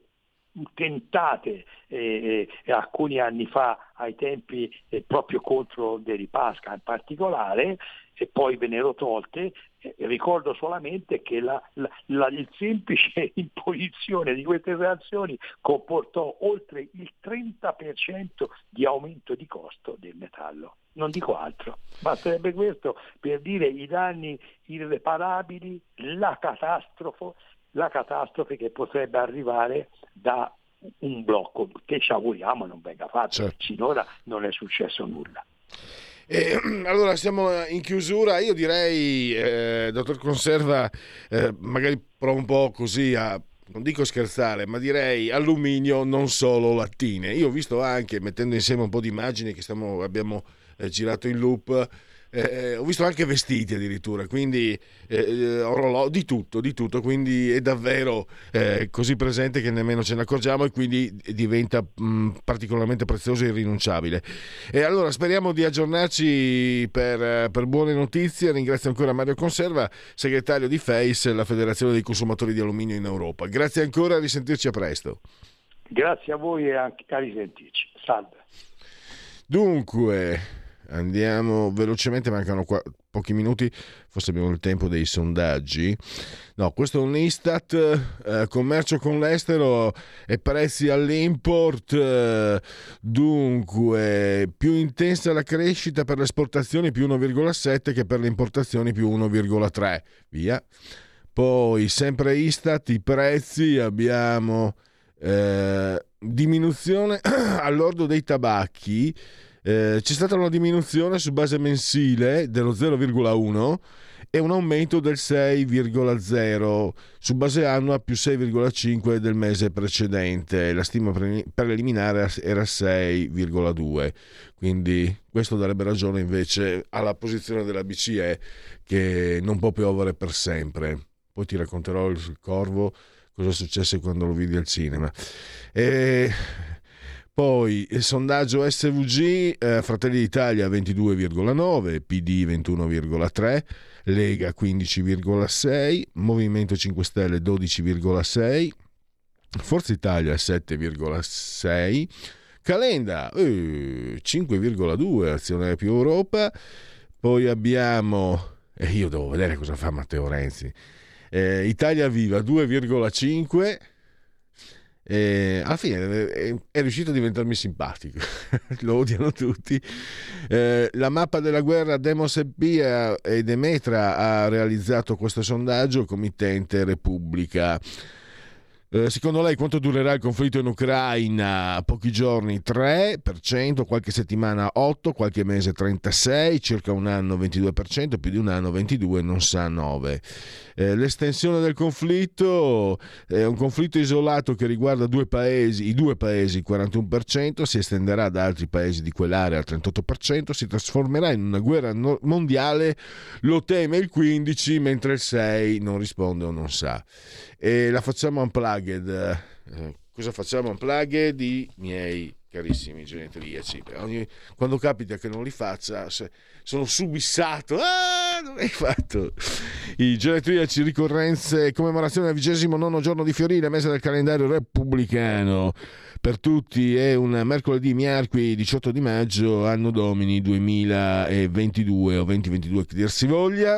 I: tentate eh, eh, alcuni anni fa, ai tempi eh, proprio contro Deripaska in particolare, e poi vennero tolte. Eh, ricordo solamente che la, la, la, il semplice imposizione di queste sanzioni comportò oltre il trenta per cento di aumento di costo del metallo. Non dico altro, basterebbe questo per dire i danni irreparabili, la catastrofe, la catastrofe che potrebbe arrivare da un blocco che ci auguriamo non venga fatto. Certo. Sinora non è successo nulla.
B: Eh, allora siamo in chiusura. Io direi, eh, dottor Conserva, eh, magari provo un po' così a, non dico scherzare, ma direi alluminio, non solo lattine. Io ho visto anche, mettendo insieme un po' di immagini che stiamo, abbiamo eh, girato in loop, eh, ho visto anche vestiti addirittura, quindi eh, orologi, di tutto, di tutto, quindi è davvero eh, così presente che nemmeno ce ne accorgiamo e quindi diventa mh, particolarmente prezioso e irrinunciabile. E allora speriamo di aggiornarci per, per buone notizie. Ringrazio ancora Mario Conserva, segretario di FACE, la Federazione dei Consumatori di Alluminio in Europa. Grazie ancora, a risentirci a presto.
I: Grazie a voi e anche a risentirci. Salve.
B: Dunque andiamo velocemente, mancano qua, pochi minuti, forse abbiamo il tempo dei sondaggi. No, questo è un Istat, eh, commercio con l'estero e prezzi all'import. Eh, dunque, più intensa la crescita per le esportazioni, più uno virgola sette, che per le importazioni più uno virgola tre. Via. Poi, sempre Istat, i prezzi, abbiamo eh, diminuzione all'ordo dei tabacchi. Eh, c'è stata una diminuzione su base mensile dello zero virgola uno e un aumento del sei virgola zero su base annua, più sei virgola cinque del mese precedente. La stima preliminare era sei virgola due, quindi questo darebbe ragione invece alla posizione della B C E, che non può piovere per sempre. Poi ti racconterò il Corvo cosa successe quando lo vidi al cinema. E poi il sondaggio S V G, eh, Fratelli d'Italia ventidue virgola nove, P D ventuno virgola tre, Lega quindici virgola sei, Movimento cinque Stelle dodici virgola sei, Forza Italia sette virgola sei, Calenda eh, cinque virgola due, Azione più Europa. Poi abbiamo, e eh, io devo vedere cosa fa Matteo Renzi, eh, Italia Viva due virgola cinque. E alla fine è, è riuscito a diventarmi simpatico. Lo odiano tutti. Eh, la mappa della guerra, Demos e Pia e Demetra ha realizzato questo sondaggio, committente Repubblica. Eh, secondo lei quanto durerà il conflitto in Ucraina? Pochi giorni tre per cento, qualche settimana otto per cento, qualche mese trentasei per cento, circa un anno ventidue per cento, più di un anno ventidue per cento, non sa nove per cento. Eh, l'estensione del conflitto è un conflitto isolato che riguarda due paesi, i due paesi, il quarantuno per cento, si estenderà ad altri paesi di quell'area al trentotto per cento, si trasformerà in una guerra no- mondiale, lo teme il quindici per cento, mentre il sei per cento non risponde o non sa. E la facciamo unplugged. Eh, cosa facciamo unplugged? I miei carissimi genetriaci. Ogni, quando capita che non li faccia, se, sono subissato. Ah, non l'hai fatto. I genetriaci, ricorrenze, commemorazione del vigesimo nono giorno di Fiorile, mese del calendario repubblicano. Per tutti è un mercoledì miarqui diciotto di maggio, anno domini duemilaventidue o duemilaventidue che dir si voglia.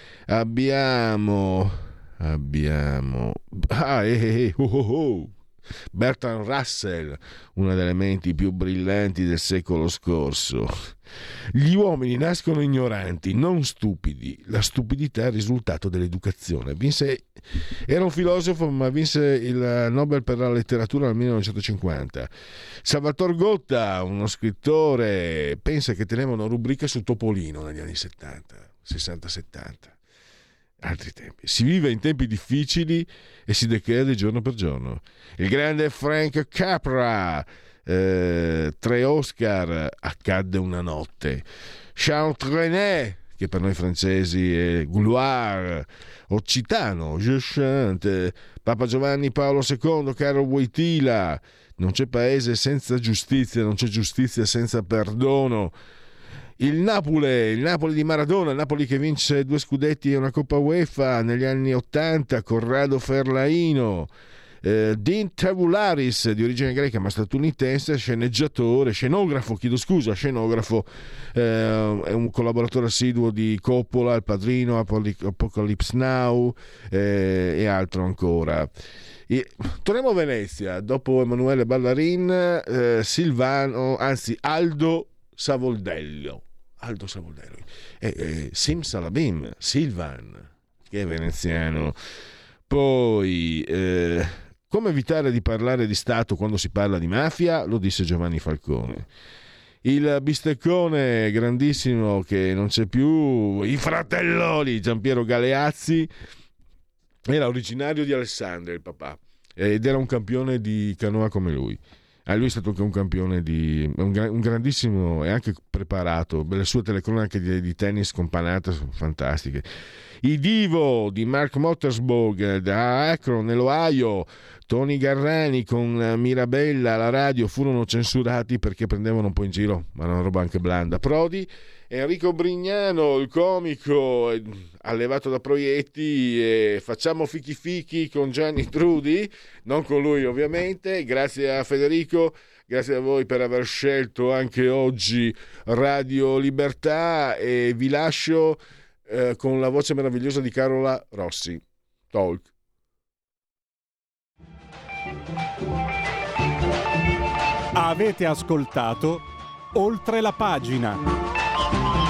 B: Abbiamo abbiamo ah, eh, eh, oh, oh, oh. Bertrand Russell, una delle menti più brillanti del secolo scorso. Gli uomini nascono ignoranti, non stupidi. La stupidità è il risultato dell'educazione. Vinse, era un filosofo, ma vinse il Nobel per la letteratura nel millenovecentocinquanta. Salvatore Gotta, uno scrittore, pensa che teneva una rubrica su Topolino negli anni settanta, sessanta settanta. Altri tempi. Si vive in tempi difficili e si decade giorno per giorno. Il grande Frank Capra, eh, tre Oscar, accadde una notte. Charles Trenet, che per noi francesi è Gloire, Occitano, Je chante, Papa Giovanni Paolo secondo, Carlo Wojtyla, non c'è paese senza giustizia, non c'è giustizia senza perdono. Il Napoli, il Napoli di Maradona, il Napoli che vince due scudetti e una Coppa UEFA negli anni ottanta, Corrado Ferlaino, eh, Dean Tavularis, di origine greca ma statunitense, sceneggiatore, scenografo, chiedo scusa, scenografo, eh, è un collaboratore assiduo di Coppola, Il Padrino, Apocalypse Now eh, e altro ancora. E, torniamo a Venezia, dopo Emanuele Ballarin, eh, Silvano, anzi Aldo Savoldello. Aldo Savoldello, eh, eh, Simsalabim, Silvan, che è veneziano. Poi, eh, come evitare di parlare di Stato quando si parla di mafia? Lo disse Giovanni Falcone. Il bisteccone grandissimo che non c'è più, i fratelloni, Giampiero Galeazzi, era originario di Alessandria, il papà, ed era un campione di canoa come lui. Ah, lui è stato anche un campione di un, un grandissimo e anche preparato. Le sue telecronache di, di tennis con panate sono fantastiche. I Divo di Mark Mothersbaugh da Akron nell'Ohio, Tony Garrani con Mirabella alla radio furono censurati perché prendevano un po' in giro, ma era una roba anche blanda. Prodi, Enrico Brignano, il comico allevato da proietti, e facciamo fichi fichi con Gianni Trudi, non con lui ovviamente. Grazie a Federico, grazie a voi per aver scelto anche oggi Radio Libertà, e vi lascio eh, con la voce meravigliosa di Carola Rossi. Talk.
A: Avete ascoltato Oltre la pagina.